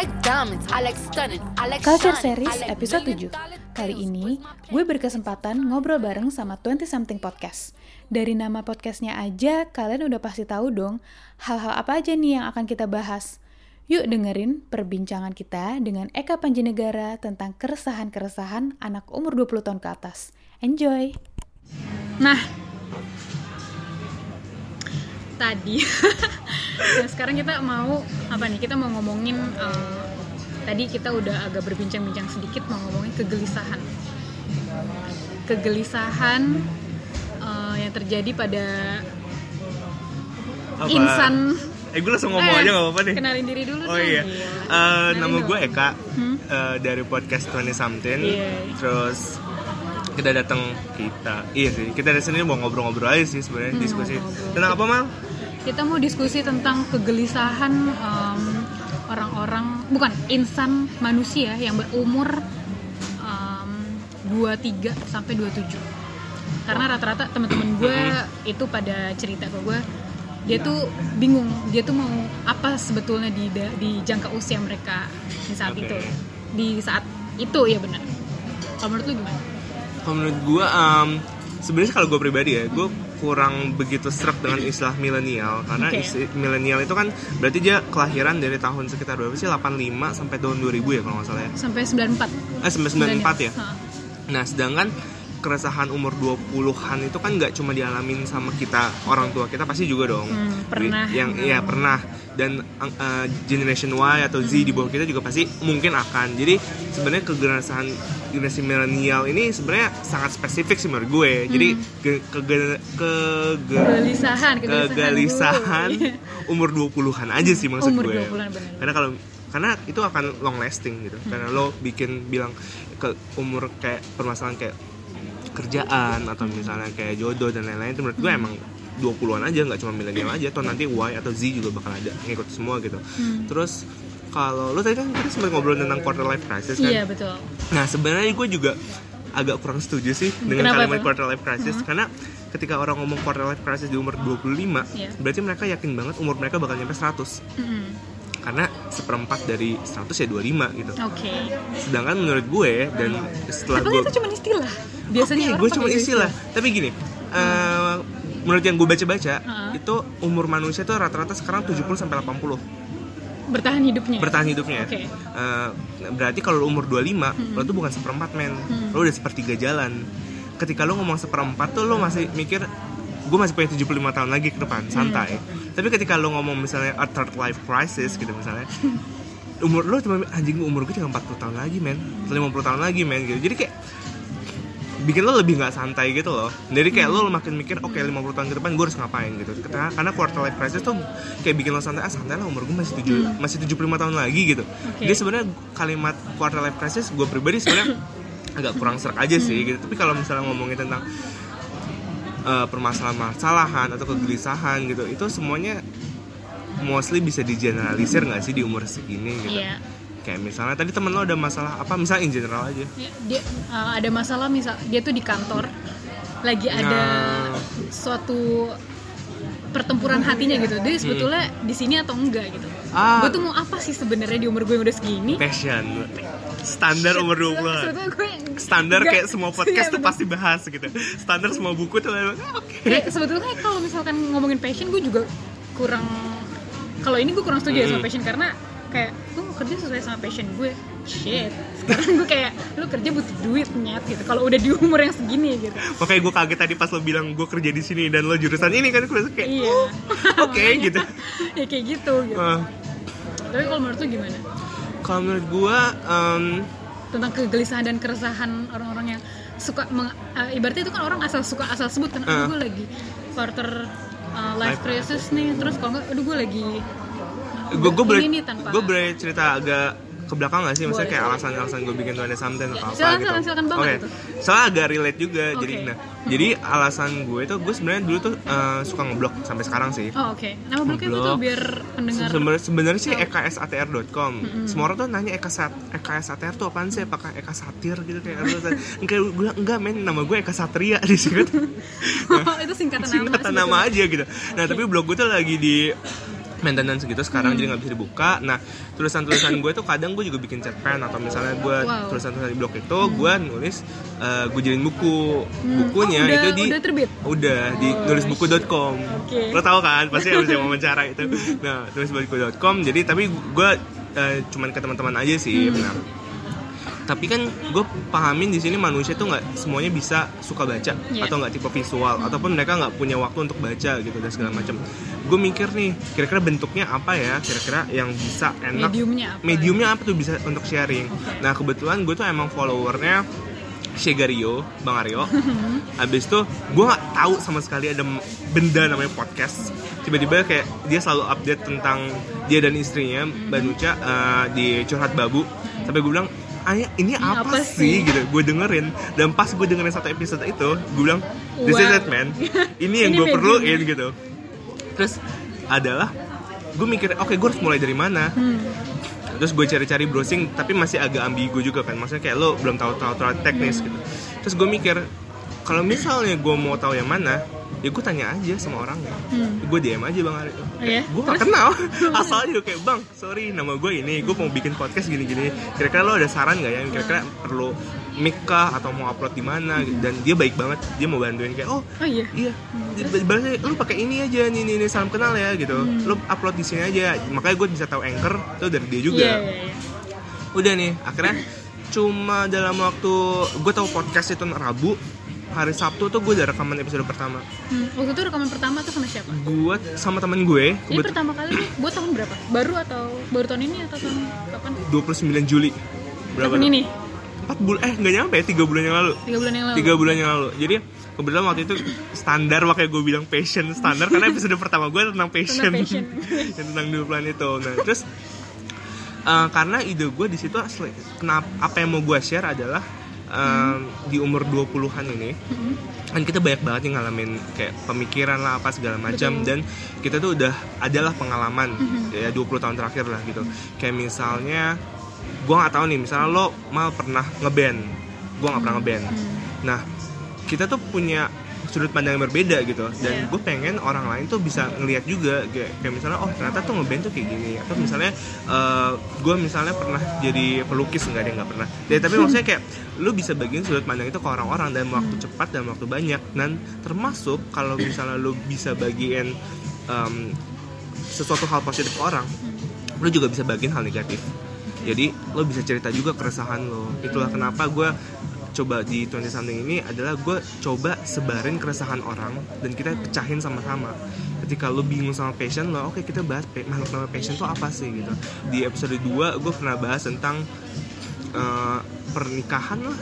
Culture Series episode 7. Kali ini, gue berkesempatan ngobrol bareng sama 20 Something Podcast. Dari nama podcastnya aja, kalian udah pasti tahu dong, hal-hal apa aja nih yang akan kita bahas. Yuk dengerin perbincangan kita dengan Eka Panjenegara tentang keresahan-keresahan anak umur 20 tahun ke atas. Enjoy! Nah, tadi nah, sekarang kita mau kita mau ngomongin tadi kita udah agak berbincang-bincang sedikit mau ngomongin kegelisahan yang terjadi pada apa? Insan. Gue langsung ngomong aja nggak apa-apa nih. Kenalin diri dulu. Oh iya. Nama gue Eka dari podcast 20 Something. Terus kita dari sini mau ngobrol-ngobrol aja sih sebenarnya, diskusi tentang apa, Mal? Kita mau diskusi tentang kegelisahan insan manusia yang berumur 23 sampai 27. Karena rata-rata teman-teman gue itu pada cerita ke gue, dia tuh bingung, dia tuh mau apa sebetulnya di jangka usia mereka di saat itu. Di saat itu ya benar. Kalau menurut lu gimana? Kalau menurut gue, sebenarnya kalau gue pribadi ya, gue kurang begitu struck dengan istilah milenial. Karena milenial itu kan berarti dia kelahiran dari tahun sekitar berapa sih? 85 sampai tahun 2000 ya kalau nggak salah ya? Sampai 94. Sampai 94 ya? Nah, sedangkan keresahan umur 20-an itu kan nggak cuma dialamin sama kita, orang tua kita pasti juga dong. Pernah. Pernah. Dan generation Y atau Z di bawah kita juga pasti mungkin akan. Jadi sebenarnya generasi milenial ini sebenarnya sangat spesifik sih menurut gue. Jadi kegelisahan umur 20-an aja sih maksud umur gue. 20-an bener. Karena itu akan long lasting gitu. Karena lo bilang ke umur kayak permasalahan kayak kerjaan atau misalnya kayak jodoh dan lain-lain, itu menurut gue emang 20-an aja, nggak cuma milenial aja, atau nanti Y atau Z juga bakal ada ngikut semua gitu. Terus kalau lo tadi kan kita sempat ngobrol tentang quarter life crisis kan? Iya betul. Nah sebenarnya gue juga agak kurang setuju sih dengan kalimat quarter life crisis, karena ketika orang ngomong quarter life crisis di umur 25, berarti mereka yakin banget umur mereka bakal nyampe 100. Karena seperempat dari 100 ya 25 gitu. Sedangkan menurut gue dan setelah gue itu cuma istilah. Biasanya gue cuma istilah. Tapi gini, menurut yang gue baca-baca, itu umur manusia tuh rata-rata sekarang 70 sampai 80. Bertahan hidupnya. Berarti kalau umur 25, lo tuh bukan seperempat, men. Lo udah sepertiga jalan. Ketika lo ngomong seperempat tuh lo masih mikir gue masih punya 75 tahun lagi ke depan, santai. Tapi ketika lo ngomong misalnya a third life crisis gitu misalnya, umur lo cuma umur gue cuma 40 tahun lagi, men. 50 tahun lagi, men gitu. Jadi kayak bikin lo lebih enggak santai gitu loh. Jadi kayak lo makin mikir, 50 tahun ke depan gue harus ngapain gitu. Karena quarter life crisis tuh kayak bikin lo santai lah, umur gue masih 75 tahun lagi gitu. Jadi sebenarnya kalimat quarter life crisis gue pribadi sebenarnya agak kurang serak aja sih gitu. Tapi kalau misalnya ngomongin tentang permasalahan atau kegelisahan gitu, itu semuanya mostly bisa digeneralisir nggak sih di umur segini gitu. Kayak misalnya tadi temen lo ada masalah apa, misalnya in general aja. Dia ada masalah, misal dia tuh di kantor lagi ada suatu pertempuran hatinya gitu. Dia sebetulnya di sini atau enggak gitu. Gue tuh mau apa sih sebenarnya di umur gue yang udah segini? Passion. Standar umur 20-an. Standar kayak semua podcast tuh pasti bahas gitu. Standar semua buku tuh sebetulnya kalau misalkan ngomongin passion, gue juga kurang. Kalau ini gue kurang setuju sama passion, karena kayak gue mau kerja sesuai sama passion gue. Sekarang gue kayak lu kerja butuh duit nyet gitu. Kalau udah di umur yang segini gitu. Makanya gue kaget tadi pas lo bilang gue kerja di sini dan lo jurusan ini kan, gue kayak gitu. Ya kayak gitu. Tapi kalau menurut lu gimana? Kalau menurut gue tentang kegelisahan dan keresahan orang-orang yang suka ibaratnya itu kan orang asal sebut kan, gue lagi quarter life crisis nih, terus kalau nggak gue lagi gue boleh cerita agak ke belakang nggak sih, misalnya kayak alasan gue bikin 20 Something atau apa gitu. Silakan banget itu. Soalnya agak relate juga. Jadi alasan gue itu, gue sebenarnya dulu tuh suka ngeblog sampai sekarang sih. Nama blognya itu tuh biar pendengar. Sebenarnya sih eksatr.com. Semua orang tuh nanya eksatr tuh apaan sih? Apakah Eka Satir gitu kayak gue bilang enggak, men, nama gue Eka Satria di sini. Itu singkatan nama aja gitu. Nah, tapi blog gue tuh lagi di maintenance gitu sekarang, jadi nggak bisa dibuka. Nah, tulisan-tulisan gue tuh kadang gue juga bikin cerpen, atau misalnya gue tulisan-tulisan di blog itu gue nulis, gue jadiin bukunya itu udah terbit? Udah di nulisbuku.com. Lo tau kan pasti harus yang wawancara itu. Nah, nulisbuku.com. Jadi tapi gue cuman ke teman-teman aja sih. Nah, tapi kan gue pahamin di sini manusia tuh nggak semuanya bisa suka baca atau nggak tipe visual, ataupun mereka nggak punya waktu untuk baca gitu dan segala macam. Gue mikir nih, kira-kira bentuknya apa ya, kira-kira yang bisa enak, mediumnya apa tuh bisa untuk sharing. Nah, kebetulan gue tuh emang followernya Shegario, Bang Aryo. Abis itu gue nggak tahu sama sekali ada benda namanya podcast. Tiba-tiba kayak dia selalu update tentang dia dan istrinya Mbak Nucha di Curhat Babu. Sampai gue bilang, ini apa sih gitu. Gue dengerin, dan pas gue dengerin satu episode itu, gue bilang, this is it man, ini yang gue perluin gitu. Terus adalah gue mikir, oke, gue harus mulai dari mana. Terus gue cari-cari browsing, tapi masih agak ambigu juga kan, maksudnya kayak lo belum tahu teknis gitu. Terus gue mikir, kalau misalnya gue mau tahu yang mana, ya gue tanya aja sama orangnya. Gue DM aja Bang Ari. Gue gak kenal, asal aja kayak, Bang, sorry nama gue ini, gue mau bikin podcast gini-gini, kira-kira lo ada saran gak ya, kira-kira perlu mic kah atau mau upload di mana? Dan dia baik banget, dia mau bantuin kayak, iya, balasnya lu pakai ini aja, nih salam kenal ya gitu, lu upload di sini aja. Makanya gue bisa tahu Anchor itu dari dia juga. Udah nih, akhirnya cuma dalam waktu gue tahu podcast itu Rabu, hari Sabtu tuh gue udah rekaman episode pertama. Waktu itu rekaman pertama tuh sama siapa? Gue sama temen gue. Jadi pertama kali nih buat tahun berapa? Baru tahun ini atau tahun kapan? 29 Juli. Berapa tahun ini? 4 bulan, nggak nyampe ya, 3 bulan yang lalu. 3 bulan yang lalu. Jadi kebetulan waktu itu standar, makanya gue bilang passion standar karena episode pertama gue tentang passion. Tentang 2 bulan itu. Nah, terus karena ide gue di situ kenapa, apa yang mau gue share adalah di umur 20-an ini kan kita banyak banget yang ngalamin kayak pemikiran lah apa segala macam, dan kita tuh udah adalah pengalaman ya 20 tahun terakhir lah gitu. Kayak misalnya gue nggak tahu nih, misalnya lo mal pernah ngeband, gue nggak pernah ngeband. Nah, kita tuh punya sudut pandang yang berbeda gitu, dan gue pengen orang lain tuh bisa ngelihat juga kayak misalnya, oh ternyata tuh ngeband tuh kayak gini. Atau misalnya gue misalnya pernah jadi pelukis, nggak ada yang nggak pernah ya, tapi maksudnya kayak lu bisa bagiin sudut pandang itu ke orang-orang dalam waktu cepat, dalam waktu banyak. Dan termasuk kalau misalnya lu bisa bagiin sesuatu hal positif ke orang, lu juga bisa bagiin hal negatif. Jadi lo bisa cerita juga keresahan lo. Itulah kenapa gue coba di 20 something ini adalah gue coba sebarin keresahan orang dan kita pecahin sama-sama. Ketika lo bingung sama passion lo, oke, kita bahas makhluk nama passion itu apa sih gitu. Di episode 2 gue pernah bahas tentang pernikahan lah,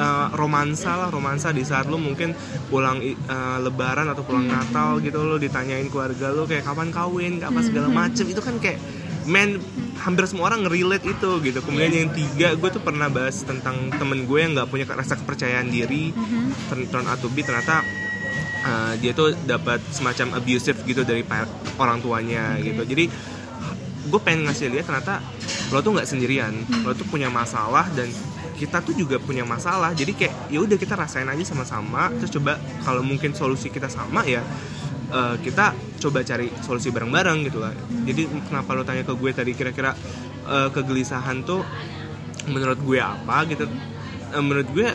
romansa di saat lo mungkin pulang lebaran atau pulang Natal gitu, lo ditanyain keluarga lo kayak kapan kawin, kapan segala macem. Itu kan kayak hampir semua orang nge-relate itu gitu. Kemudian yang 3, gue tuh pernah bahas tentang temen gue yang gak punya rasa kepercayaan diri, turn out to be ternyata dia tuh dapat semacam abusive gitu dari orang tuanya gitu. Jadi gue pengen ngasih lihat ternyata lo tuh nggak sendirian, lo tuh punya masalah dan kita tuh juga punya masalah. Jadi kayak ya udah kita rasain aja sama-sama, terus coba kalau mungkin solusi kita sama ya kita coba cari solusi bareng-bareng gitu lah. Jadi kenapa lo tanya ke gue tadi kira-kira kegelisahan tuh menurut gue apa gitu, menurut gue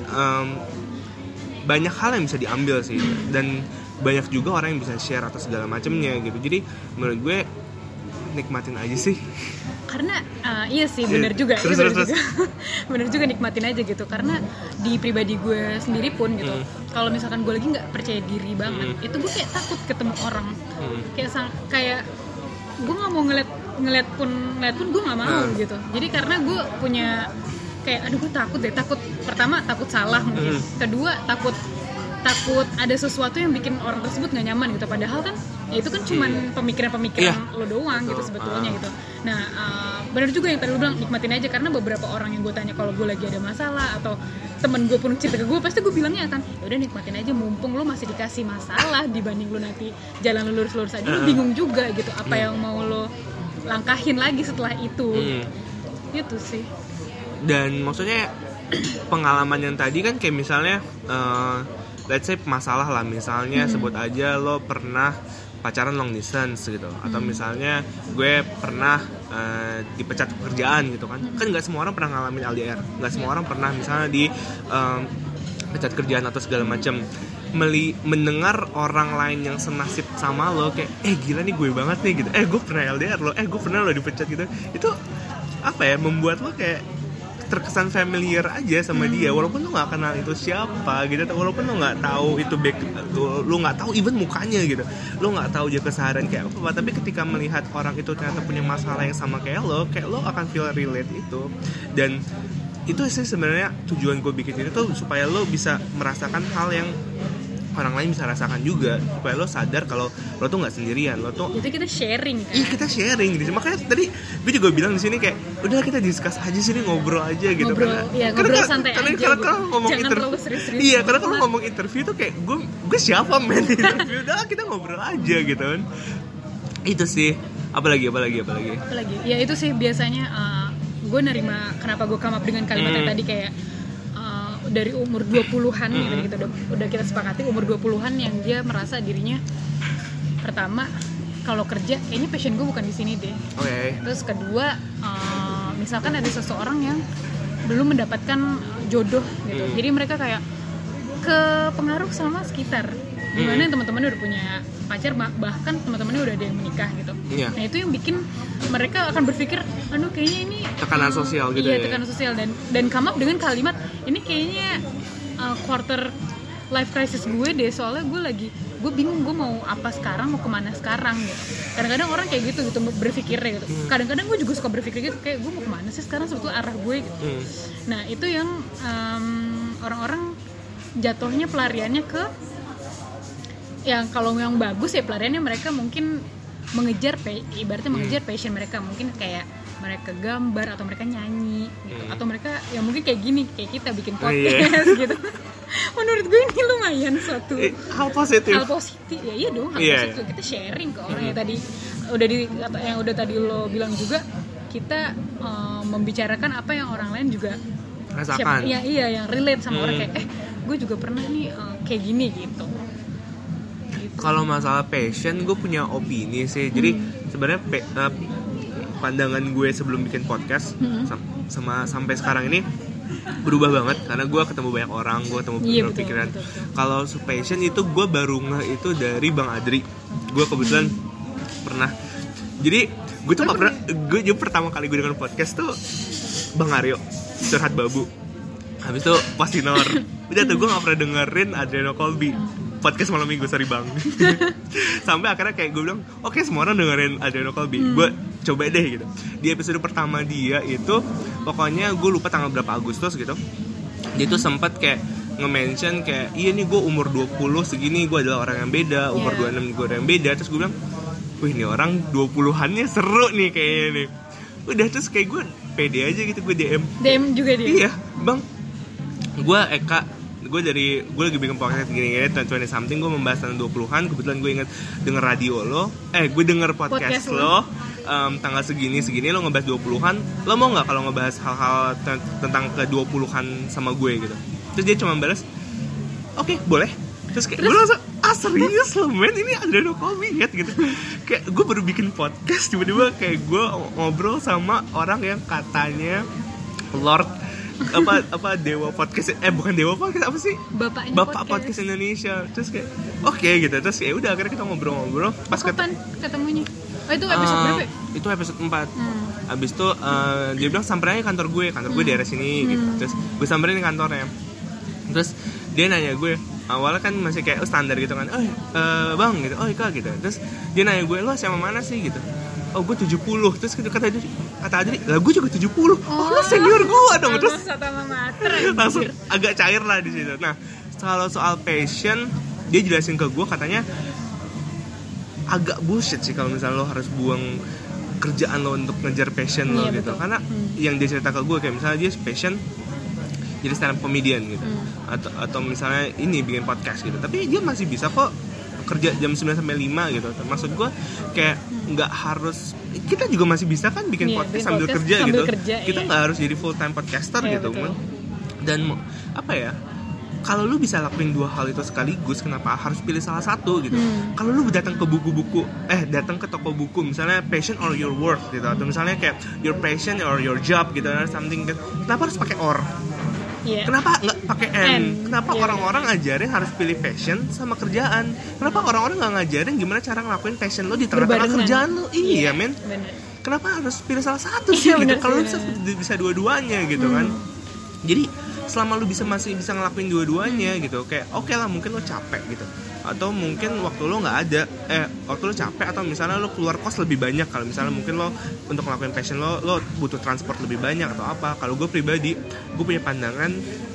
banyak hal yang bisa diambil sih, dan banyak juga orang yang bisa share atau segala macamnya gitu. Jadi menurut gue nikmatin aja sih. Karena iya sih, benar juga. Benar juga nikmatin aja gitu. Karena di pribadi gue sendiri pun gitu, kalau misalkan gue lagi nggak percaya diri banget, itu gue kayak takut ketemu orang. Kayak gue nggak mau ngeliat pun gue nggak mau gitu. Jadi karena gue punya kayak aduh gue takut pertama takut salah mungkin, kedua takut ada sesuatu yang bikin orang tersebut nggak nyaman gitu. Padahal kan ya itu kan cuman pemikiran lo doang gitu sebetulnya gitu. Nah benar juga yang tadi lo bilang, nikmatin aja. Karena beberapa orang yang gue tanya kalau gue lagi ada masalah atau temen gue pun cerita ke gue, pasti gue bilangnya kan ya udah nikmatin aja, mumpung lo masih dikasih masalah dibanding lo nanti jalan lo lurus aja lo bingung juga gitu apa yang mau lo langkahin lagi setelah itu. Itu sih. Dan maksudnya pengalaman yang tadi kan kayak misalnya let's say masalah lah, misalnya sebut aja lo pernah pacaran long distance gitu, atau misalnya gue pernah dipecat pekerjaan gitu kan nggak semua orang pernah ngalamin LDR, nggak semua orang pernah misalnya di pecat kerjaan atau segala macam. Mendengar orang lain yang senasib sama lo kayak gila nih gue banget nih gitu, gue pernah LDR lo, gue pernah lo dipecat gitu, itu apa ya, membuat lo kayak terkesan familiar aja sama dia, walaupun lo nggak kenal itu siapa gitu, walaupun lo nggak tahu itu lo nggak tahu even mukanya gitu, lo nggak tahu dia keseharian kayak apa, tapi ketika melihat orang itu ternyata punya masalah yang sama kayak lo akan feel relate itu. Dan itu sih sebenarnya tujuan gue bikin itu tuh supaya lo bisa merasakan hal yang orang lain bisa rasakan juga, supaya lo sadar kalau lo tuh nggak sendirian, lo tuh. Jadi kita sharing kan? Iya, kita sharing gitu. Makanya tadi gue juga bilang di sini kayak udahlah kita discuss aja sini, ngobrol aja gitu. Ngobrol santai aja. Karena kalau ngomong interview, iya, karena kalau ngomong interview tuh kayak gue siapa men interview, udahlah kita ngobrol aja gitu kan. Itu sih. Apalagi. Ya itu sih biasanya gue nerima kenapa gue come up dengan kalimat yang tadi kayak dari umur 20-an gitu udah kita sepakati umur 20-an yang dia merasa dirinya pertama kalau kerja kayaknya passion gue bukan di sini deh. Okay. Terus kedua misalkan ada seseorang yang belum mendapatkan jodoh gitu. Jadi mereka kayak kepengaruh sama sekitar. Gimana teman-temannya udah punya pacar, bahkan teman-temannya udah ada yang menikah gitu. Yeah. Nah itu yang bikin mereka akan berpikir, aduh kayaknya ini tekanan sosial gitu. Iya, tekanan sosial dan come up dengan kalimat ini kayaknya quarter life crisis gue deh, soalnya gue bingung gue mau apa sekarang, mau kemana sekarang gitu. Kadang-kadang orang kayak gitu berpikirnya gitu. Kadang-kadang gue juga suka berpikir gitu, kayak gue mau kemana sih sekarang sebetulnya arah gue gitu. Nah itu yang orang-orang jatuhnya pelariannya ke yang kalau yang bagus ya pelariannya mereka mungkin mengejar passion mereka, mungkin kayak mereka gambar atau mereka nyanyi gitu, atau mereka yang mungkin kayak gini kayak kita bikin podcast gitu. Menurut gue ini lumayan suatu hal positif ya. Iya dong, hal positif. Kita sharing ke orang yang tadi udah tadi lo bilang juga, kita membicarakan apa yang orang lain juga rasakan. Iya yang relate sama orang kayak gue juga pernah nih kayak gini gitu. Kalau masalah passion, gue punya opini sih. Jadi sebenarnya pandangan gue sebelum bikin podcast sama sampai sekarang ini berubah banget, karena gue ketemu banyak orang, gue ketemu beberapa pikiran. Kalau passion itu gue baru ngeh itu dari Bang Adri. Gue kebetulan pernah. Jadi gue tuh gue pertama kali gue dengar podcast tuh Bang Aryo Curhat Babu. Habis itu Postinor. Udah tuh gue gak pernah dengerin Adriano Colby podcast malam minggu, sorry bang. Sampai akhirnya kayak gue bilang, oke, semua orang dengerin Adriano Colby, gue coba deh gitu. Di episode pertama dia itu, pokoknya gue lupa tanggal berapa Agustus gitu, dia tuh sempat kayak nge-mention kayak, iya nih gue umur 20 segini, gue adalah orang yang beda, umur 26 gue orang yang beda. Terus gue bilang, wih ini orang 20-annya seru nih kayaknya nih. Udah, terus kayak gue pede aja gitu, gue DM juga dia. Iya bang, gue gue lagi bikin podcast gini-gini 20 something, gue membahas tentang 20-an. Kebetulan gue inget denger radio lo, gue denger podcast lo tanggal segini lo ngebahas 20-an. Lo mau gak kalau ngebahas hal-hal tentang ke 20-an sama gue gitu. Terus dia cuma balas, oke, boleh. Terus kayak gue langsung, serius lo men, ini Adriano Colby gitu. Kayak gue baru bikin podcast, tiba-tiba kayak gue ngobrol sama orang yang katanya Lord apa dewa podcast, bukan dewa podcast, apa sih, bapak podcast Indonesia. Terus kayak oke gitu, terus ya udah akhirnya kita ngobrol pas kapan ketemunya? Itu episode berapa? Itu episode 4. Abis itu dia bilang samperin aja kantor gue di daerah sini gitu. Terus gue samperin di kantornya. Terus dia nanya gue, awalnya kan masih kayak standar gitu kan, bang gitu, Ika gitu. Terus dia nanya gue, lo sama mana sih gitu. Oh gue 70. Terus kata Adri, lah gue juga 70. Oh lo senior gue dong. Terus langsung agak cair lah di situ. Nah kalau soal passion, dia jelasin ke gue, katanya agak bullshit sih kalau misalnya lo harus buang kerjaan lo untuk ngejar passion lo gitu. Betul. Karena yang dia cerita ke gue kayak misalnya dia passion jadi stand up comedian gitu, atau misalnya ini bikin podcast gitu. Tapi dia masih bisa kok kerja jam 9 sampai 5 gitu. Maksud gue kayak nggak harus, kita juga masih bisa kan bikin podcast sambil kerja gitu. Kita nggak harus jadi full time podcaster gitu. Betul. Dan apa ya, kalau lu bisa lakuin dua hal itu sekaligus, kenapa harus pilih salah satu gitu? Kalau lu datang ke datang ke toko buku, misalnya passion or your work gitu, atau misalnya kayak your passion or your job gitu, something gitu, kenapa harus pakai or? Yeah. Kenapa nggak pakai N? Kenapa orang-orang ngajarin harus pilih passion sama kerjaan? Kenapa orang-orang nggak ngajarin gimana cara ngelakuin passion lo di tengah-tengah kerjaan lo? Iya, men. Kenapa harus pilih salah satu sih gitu? Kalau lu bisa dua-duanya gitu kan? Jadi selama lu masih bisa ngelakuin dua-duanya gitu, kayak oke lah, mungkin lo capek gitu, atau mungkin waktu lo nggak ada, waktu lo capek, atau misalnya lo keluar kos lebih banyak, kalau misalnya mungkin lo untuk ngelakuin passion lo butuh transport lebih banyak atau apa. Kalau gue pribadi, gue punya pandangan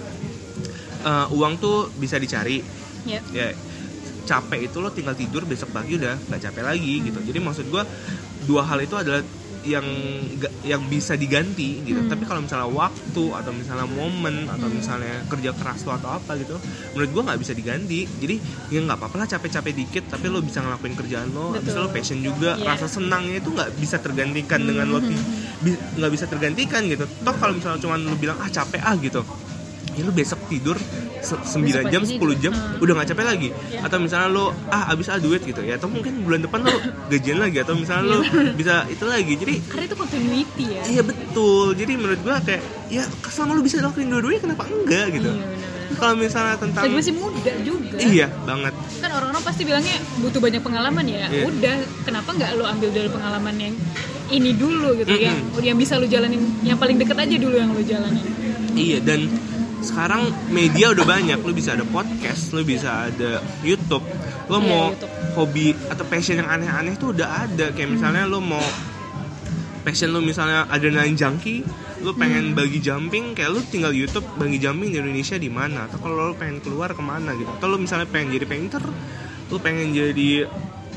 uang tuh bisa dicari, ya capek itu lo tinggal tidur, besok pagi udah nggak capek lagi gitu. Jadi maksud gue dua hal itu adalah yang bisa diganti gitu. Tapi kalau misalnya waktu atau misalnya momen atau misalnya kerja keras lo atau apa gitu, menurut gue nggak bisa diganti. Jadi ya nggak apa-apa lah capek-capek dikit, tapi lo bisa ngelakuin kerjaan lo. Habis lo passion juga, rasa senangnya itu nggak bisa tergantikan dengan lo nggak bisa tergantikan gitu. Toh kalau misalnya cuma lo bilang capek gitu, ya lo besok tidur 9 jam, 10 jam udah gak capek lagi. Atau misalnya lo abis duit gitu ya, atau mungkin bulan depan lo gajian lagi, atau misalnya lo bisa itu lagi. Jadi karena itu continuity ya. Iya betul. Jadi menurut gue kayak ya selama lo bisa lakuin dua-duanya kenapa enggak gitu. Kalau misalnya tentang saya masih muda juga. Iya banget. Kan orang-orang pasti bilangnya butuh banyak pengalaman ya. Udah, kenapa nggak lo ambil dari pengalaman yang ini dulu gitu, yang bisa lo jalanin, yang paling deket aja dulu yang lo jalanin. Iya, dan sekarang media udah banyak, lu bisa ada podcast, lu bisa ada YouTube. Lu mau YouTube. Hobi atau passion yang aneh-aneh tuh udah ada. Kayak misalnya lu mau passion lu misalnya adrenaline junkie, lu pengen bagi jumping, kayak lu tinggal YouTube bagi jumping di Indonesia di mana. Atau kalau lu pengen keluar kemana gitu. Atau lu misalnya pengen jadi painter, lu pengen jadi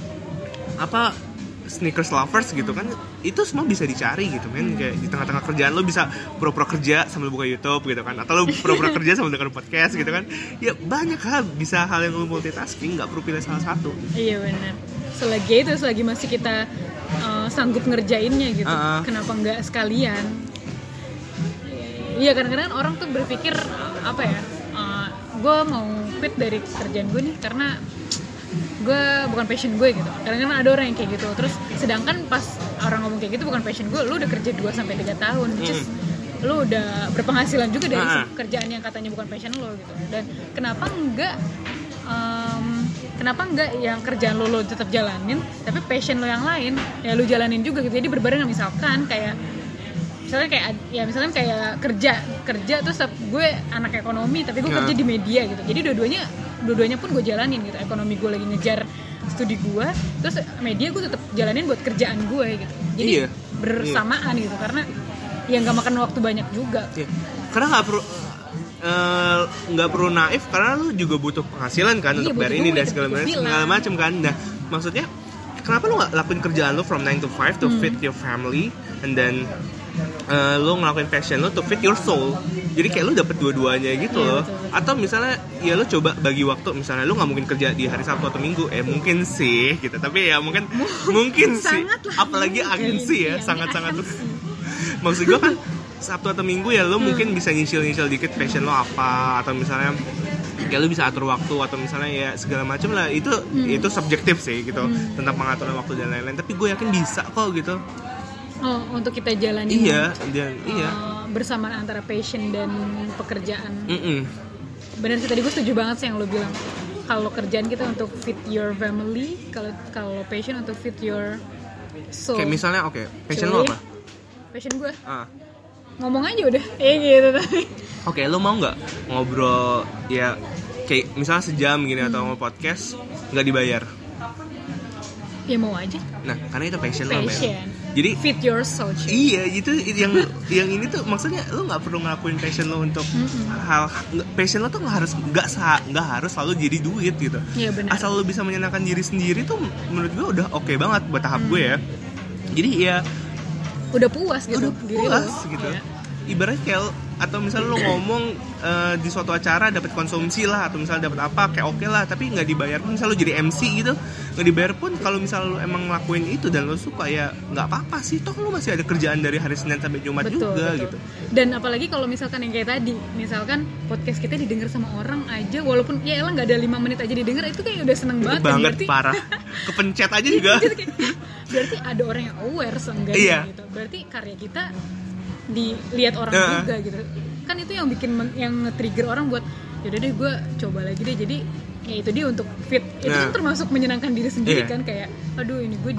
sneakers lovers gitu kan, itu semua bisa dicari gitu men. Kayak di tengah-tengah kerjaan lo bisa pura-pura kerja sambil buka YouTube gitu kan, atau lo pura-pura kerja sambil dengar podcast gitu kan. Ya banyak hal yang lo multitasking, nggak perlu pilih salah satu. Iya benar. Selagi masih kita sanggup ngerjainnya gitu, kenapa nggak sekalian? Iya, kadang-kadang orang tuh berpikir gue mau quit dari kerjaan gue nih karena gue bukan passion gue gitu. Kadang-kadang ada orang yang kayak gitu. Terus sedangkan pas orang ngomong kayak gitu bukan passion gue, lu udah kerja 2-3 tahun, which is lu udah berpenghasilan juga dari kerjaan yang katanya bukan passion lo gitu. Dan kenapa enggak yang kerjaan lo tetap jalanin, tapi passion lo yang lain ya lu jalanin juga gitu. Jadi berbarengan, misalkan kayak kerja terus gue anak ekonomi tapi gue kerja di media gitu. Jadi dua-duanya pun gue jalanin gitu. Ekonomi gue lagi ngejar studi gue, terus media gue tetap jalanin buat kerjaan gue gitu. Jadi bersamaan gitu, karena ya nggak makan waktu banyak juga. Karena nggak perlu naif, karena lu juga butuh penghasilan kan untuk bayar ini dan segala macam kan. Nah maksudnya kenapa lu nggak lakuin kerjaan lu from 9 to 5 to fit your family, and then lo ngelakuin passion lo to fit your soul. Jadi kayak lo dapet dua-duanya gitu loh. Betul. Atau misalnya ya lo coba bagi waktu, misalnya lo nggak mungkin kerja di hari Sabtu atau Minggu, mungkin sih gitu, tapi ya mungkin sih, apalagi agensi ya, sangat-sangat. Maksud gue kan Sabtu atau Minggu ya lo mungkin bisa nyicil dikit passion lo apa, atau misalnya kayak lo bisa atur waktu, atau misalnya ya segala macam lah. Itu subjektif sih gitu, tentang pengaturan waktu dan lain-lain. Tapi gue yakin bisa kok gitu. Untuk kita jalani bersamaan antara passion dan pekerjaan. Benar sih, tadi gue setuju banget sih yang lo bilang. Kalau kerjaan kita untuk fit your family, kalau passion untuk fit your soul. Kayak misalnya passion lo apa? Passion gue? Ngomong aja udah, gitu tadi. Lo mau nggak ngobrol ya kayak misalnya sejam gini atau mau podcast nggak dibayar? Ya mau aja. Nah, karena itu passion lo, men. Jadi fit your soul. Iya, itu yang ini tuh maksudnya lo nggak perlu ngelakuin passion lo untuk hal passion lo tuh nggak harus selalu jadi duit gitu. Iya, benar. Asal lo bisa menyenangkan diri sendiri tuh menurut gue udah oke banget buat tahap gue ya. Jadi ya udah puas gitu. Udah puas gitu. Ya. ibaratnya kayak atau misalnya lo ngomong di suatu acara dapat konsumsi lah, atau misalnya dapat apa kayak oke lah, tapi nggak dibayar pun, misalnya lo jadi MC gitu nggak dibayar pun, kalau misalnya lo emang ngelakuin itu dan lo suka ya nggak apa-apa sih, toh lo masih ada kerjaan dari hari Senin sampai Jumat juga. Gitu. Dan apalagi kalau misalkan yang kayak tadi, misalkan podcast kita didengar sama orang aja, walaupun ya elah nggak ada 5 menit aja didengar, itu kayak udah seneng banget. Banget berarti, parah. Kepencet aja juga. Berarti ada orang yang aware seenggaknya gitu. Berarti karya kita dilihat orang juga gitu. Kan itu yang bikin yang nge-trigger orang buat yaudah deh gue coba lagi deh. Jadi ya itu dia untuk fit. Itu kan termasuk menyenangkan diri sendiri kan, kayak aduh ini gue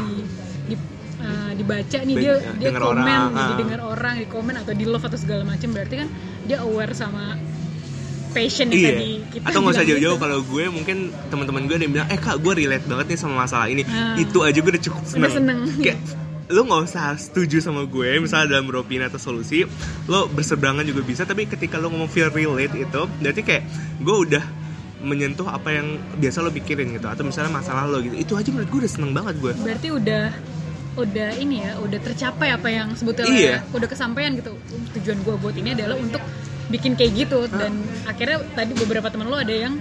dibaca nih, dia komen, didengar orang, di komen atau di love atau segala macam, berarti kan dia aware sama passion yang tadi kita. Atau nggak usah jauh-jauh, gitu. kalau gue mungkin teman-teman gue ada yang bilang kak gue relate banget nih sama masalah ini, itu aja gue udah cukup seneng. Kayak lo nggak usah setuju sama gue misalnya dalam beropini atau solusi, lo berseberangan juga bisa, tapi ketika lo ngomong feel relate itu berarti kayak gue udah menyentuh apa yang biasa lo pikirin gitu, atau misalnya masalah lo gitu, itu aja menurut gue udah seneng banget gue. Berarti udah ini ya, udah tercapai apa yang sebetulnya udah kesampaian gitu. Tujuan gue buat ini adalah untuk bikin kayak gitu, dan akhirnya tadi beberapa teman lo ada yang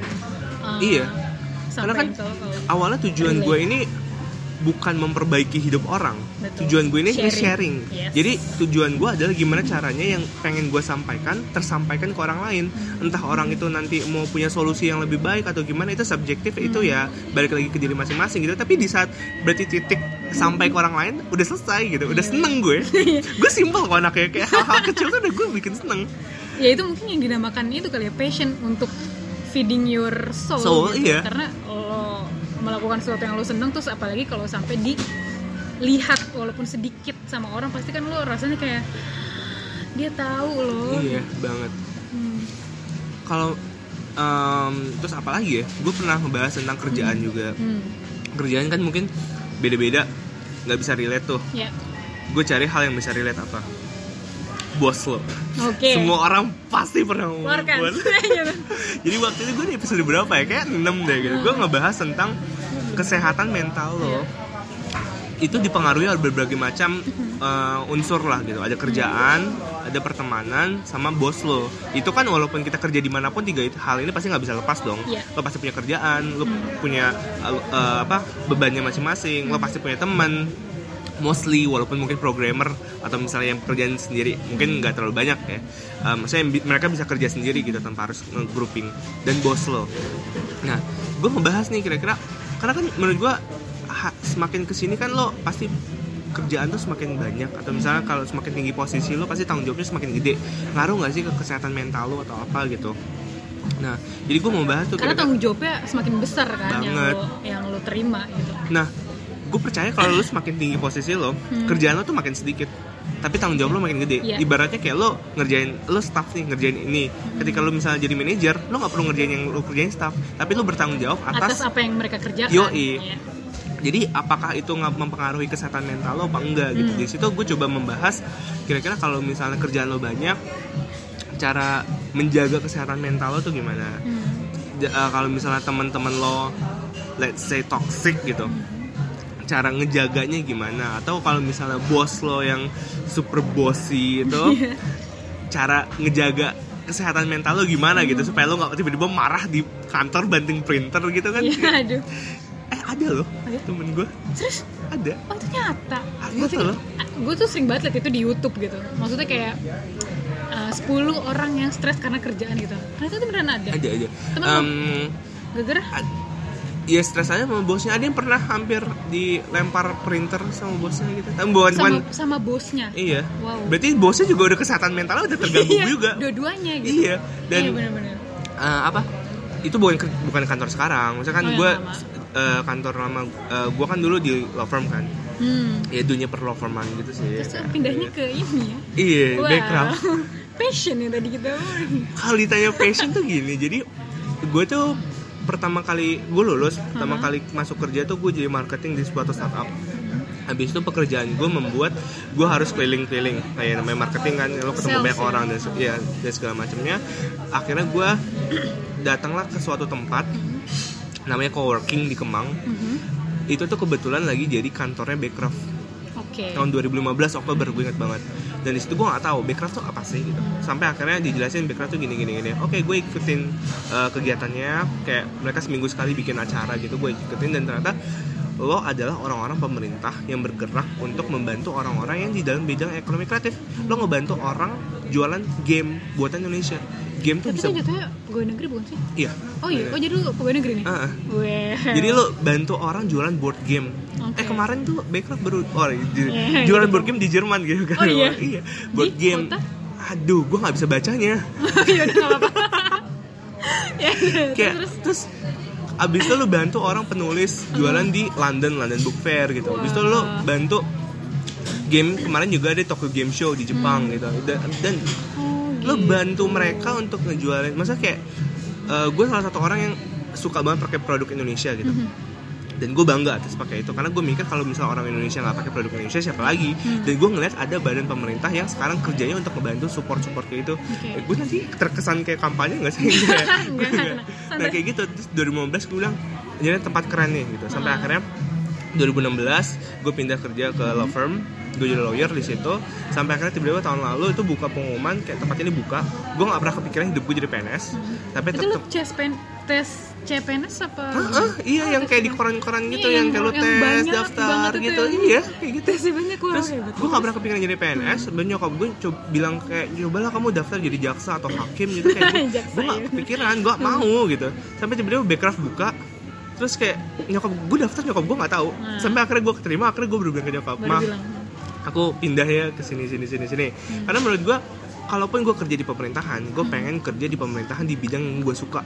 karena kan awalnya tujuan gue ini bukan memperbaiki hidup orang. Betul. Tujuan gue ini sharing. Yes. Jadi tujuan gue adalah gimana caranya yang pengen gue sampaikan tersampaikan ke orang lain. Entah orang itu nanti mau punya solusi yang lebih baik atau gimana, itu subjektif, itu ya balik lagi ke diri masing-masing gitu. Tapi di saat berarti titik sampai ke orang lain udah selesai gitu, udah seneng gue. Gue simpel kok anaknya, kayak hal-hal kecil tuh udah gue bikin seneng. Ya itu mungkin yang dinamakan itu kali ya, passion untuk feeding your soul gitu. Karena lo melakukan sesuatu yang lo seneng, terus apalagi kalau sampai dilihat walaupun sedikit sama orang, pasti kan lo rasanya kayak dia tahu lo. Iya banget. Kalau terus apalagi ya, gue pernah ngebahas tentang kerjaan juga. Kerjaan kan mungkin beda-beda, nggak bisa relate tuh. Gue cari hal yang bisa relate apa. Bos lo. Semua orang pasti pernah ngomong bos. Jadi waktu itu gue di episode berapa ya, kayak 6 deh gitu. Gue ngebahas tentang kesehatan mental lo. Itu dipengaruhi oleh berbagai macam unsur lah gitu. Ada kerjaan, ada pertemanan, sama bos lo. Itu kan walaupun kita kerja dimanapun, 3 hal ini pasti nggak bisa lepas dong. Lo pasti punya kerjaan, lo punya bebannya masing-masing, lo pasti punya teman. Mostly, walaupun mungkin programmer atau misalnya yang pekerjaan sendiri mungkin nggak terlalu banyak ya, maksudnya mereka bisa kerja sendiri gitu tanpa harus nge-grouping. Dan bos lo. Nah, gue ngebahas nih kira-kira, karena kan menurut gue semakin kesini kan lo pasti kerjaan tuh semakin banyak, atau misalnya kalau semakin tinggi posisi lo pasti tanggung jawabnya semakin gede. Ngaruh nggak sih ke kesehatan mental lo atau apa gitu? Nah, jadi gue mau bahas tuh karena tanggung jawabnya semakin besar kan yang lo terima gitu. Nah, gue percaya kalau lo semakin tinggi posisi lo, kerjaan lo tuh makin sedikit, tapi tanggung jawab lo makin gede. Ibaratnya kayak lo staff nih ngerjain ini. Ketika lo misalnya jadi manajer, lo nggak perlu ngerjain yang lo kerjain staff, tapi lo bertanggung jawab atas apa yang mereka kerjakan. Jadi apakah itu nggak mempengaruhi kesehatan mental lo apa enggak gitu. Di situ gue coba membahas kira-kira kalau misalnya kerjaan lo banyak, cara menjaga kesehatan mental lo tuh gimana. Kalau misalnya teman-teman lo let's say toxic gitu, cara ngejaganya gimana. Atau kalau misalnya bos lo yang super bossy itu, cara ngejaga kesehatan mental lo gimana gitu, supaya lo gak tiba-tiba marah di kantor banting printer gitu kan. Aduh. Ada loh temen gue. Serius? Ada. Oh itu nyata. Loh. Gue tuh sering banget liat itu di YouTube gitu. Maksudnya kayak 10 orang yang stres karena kerjaan gitu. Ternyata itu beneran ada. Ada. Gara-gara? Ya stres aja sama bosnya. Ada yang pernah hampir dilempar printer sama bosnya gitu. Sama bosnya? Iya. Wow. Berarti bosnya juga udah kesehatan mentalnya udah terganggu juga. Dua-duanya gitu. Iya. Dan bener-bener. Itu bukan kantor sekarang. Maksudnya kan gue kantor lama, gue kan dulu di law firm kan. Ya dunia per law firman gitu sih. Terus pindahnya ke ini ya? Iya, background. Passion yang tadi kita kalau ditanya passion tuh gini. Jadi gue tuh pertama kali gue lulus, pertama kali masuk kerja tuh gue jadi marketing di suatu startup. Habis itu pekerjaan gue membuat gue harus keliling-keliling, kayak namanya marketing kan, lo ketemu banyak orang dan segala macamnya. Akhirnya gue datanglah ke suatu tempat namanya coworking di Kemang. Itu tuh kebetulan lagi jadi kantornya Backcraft. Tahun 2015 Oktober, gue inget banget. Dan di situ gue nggak tahu Backcraft tuh apa sih gitu. Sampai akhirnya dijelasin Backcraft tuh gini. Oke, gue ikutin kegiatannya, kayak mereka seminggu sekali bikin acara gitu, gue ikutin. Dan ternyata lo adalah orang-orang pemerintah yang bergerak untuk membantu orang-orang yang di dalam bidang ekonomi kreatif. Lo ngebantu orang jualan game buatan Indonesia. Game tuh tapi bisa. Tapi jatuhnya pegawai negeri bukan sih? Iya. Oh iya, jadi lo pegawai negeri nih? Jadi lo bantu orang jualan board game. Okay. Kemarin tuh Backcraft baru jualan board game di Jerman gitu kan. Oh iya? Iya, board di game. Kota? Aduh, gue nggak bisa bacanya. Ya udah nggak apa-apa. Ya, terus abis itu lo bantu orang penulis jualan di London Book Fair gitu. Abis itu lo bantu game, kemarin juga ada Tokyo Game Show di Jepang gitu. Dan lo bantu mereka untuk ngejualin. Masa kayak gue salah satu orang yang suka banget pakai produk Indonesia gitu. Dan gue bangga atas pakai itu, karena gue mikir kalau misalnya orang Indonesia nggak pakai produk Indonesia siapa lagi. Dan gue ngeliat ada badan pemerintah yang sekarang kerjanya untuk membantu support kayak itu. Gue nanti terkesan kayak kampanye nggak sih? Nah kayak gitu. Terus 2015 gue bilang jadi tempat keren nih gitu. Sampai akhirnya 2016 gue pindah kerja ke law firm, gue jadi lawyer di situ. Sampai akhirnya tiba-tiba tahun lalu itu buka pengumuman kayak tempat ini buka. Gue nggak pernah kepikiran hidup gue jadi PNS. Tapi itu lo tes CPNS apa? Iya, yang kayak di koran-koran gitu, yang kayak lo tes daftar gitu. Iya, kayak gitu. Tesnya banyak. Terus gue nggak pernah kepikiran jadi PNS. Dan nyokap gue bilang kayak cobalah kamu daftar jadi jaksa atau hakim gitu kayak gue nggak kepikiran, gue nggak mau gitu. Sampai tiba-tiba Backcraft buka. Terus kayak nyokap gue nggak tahu. Sampai akhirnya gue keterima, akhirnya gue baru bilang ke nyokap, "Ma, aku pindah ya ke sini." Karena menurut gue, kalaupun gue kerja di pemerintahan, gue pengen kerja di pemerintahan di bidang yang gue suka.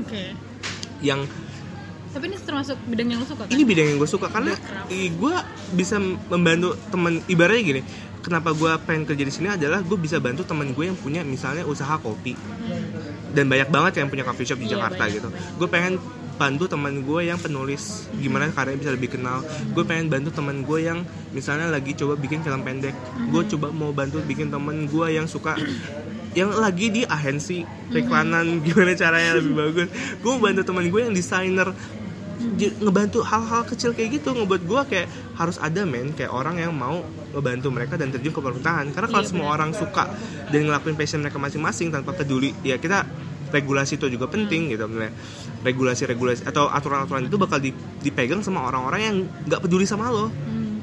Yang tapi ini termasuk bidang yang lo suka kan? Ini bidang yang gue suka karena gue bisa membantu teman. Ibaratnya gini, kenapa gue pengen kerja di sini adalah gue bisa bantu teman gue yang punya misalnya usaha kopi. Dan banyak banget yang punya coffee shop di Jakarta gitu. Gue pengen bantu teman gue yang penulis, gimana karyanya bisa lebih kenal. Gue pengen bantu teman gue yang misalnya lagi coba bikin film pendek. Gue coba mau bantu bikin teman gue yang suka yang lagi di agensi periklanan, gimana caranya lebih bagus. Gue mau bantu teman gue yang desainer, ngebantu hal-hal kecil kayak gitu. Ngebuat gue kayak harus ada kayak orang yang mau ngebantu mereka dan terjun ke pemerintahan. Karena kalau semua orang suka dan ngelakuin passion mereka masing-masing tanpa peduli, ya kita regulasi itu juga penting gitu. Regulasi atau aturan-aturan itu bakal dipegang sama orang-orang yang nggak peduli sama lo.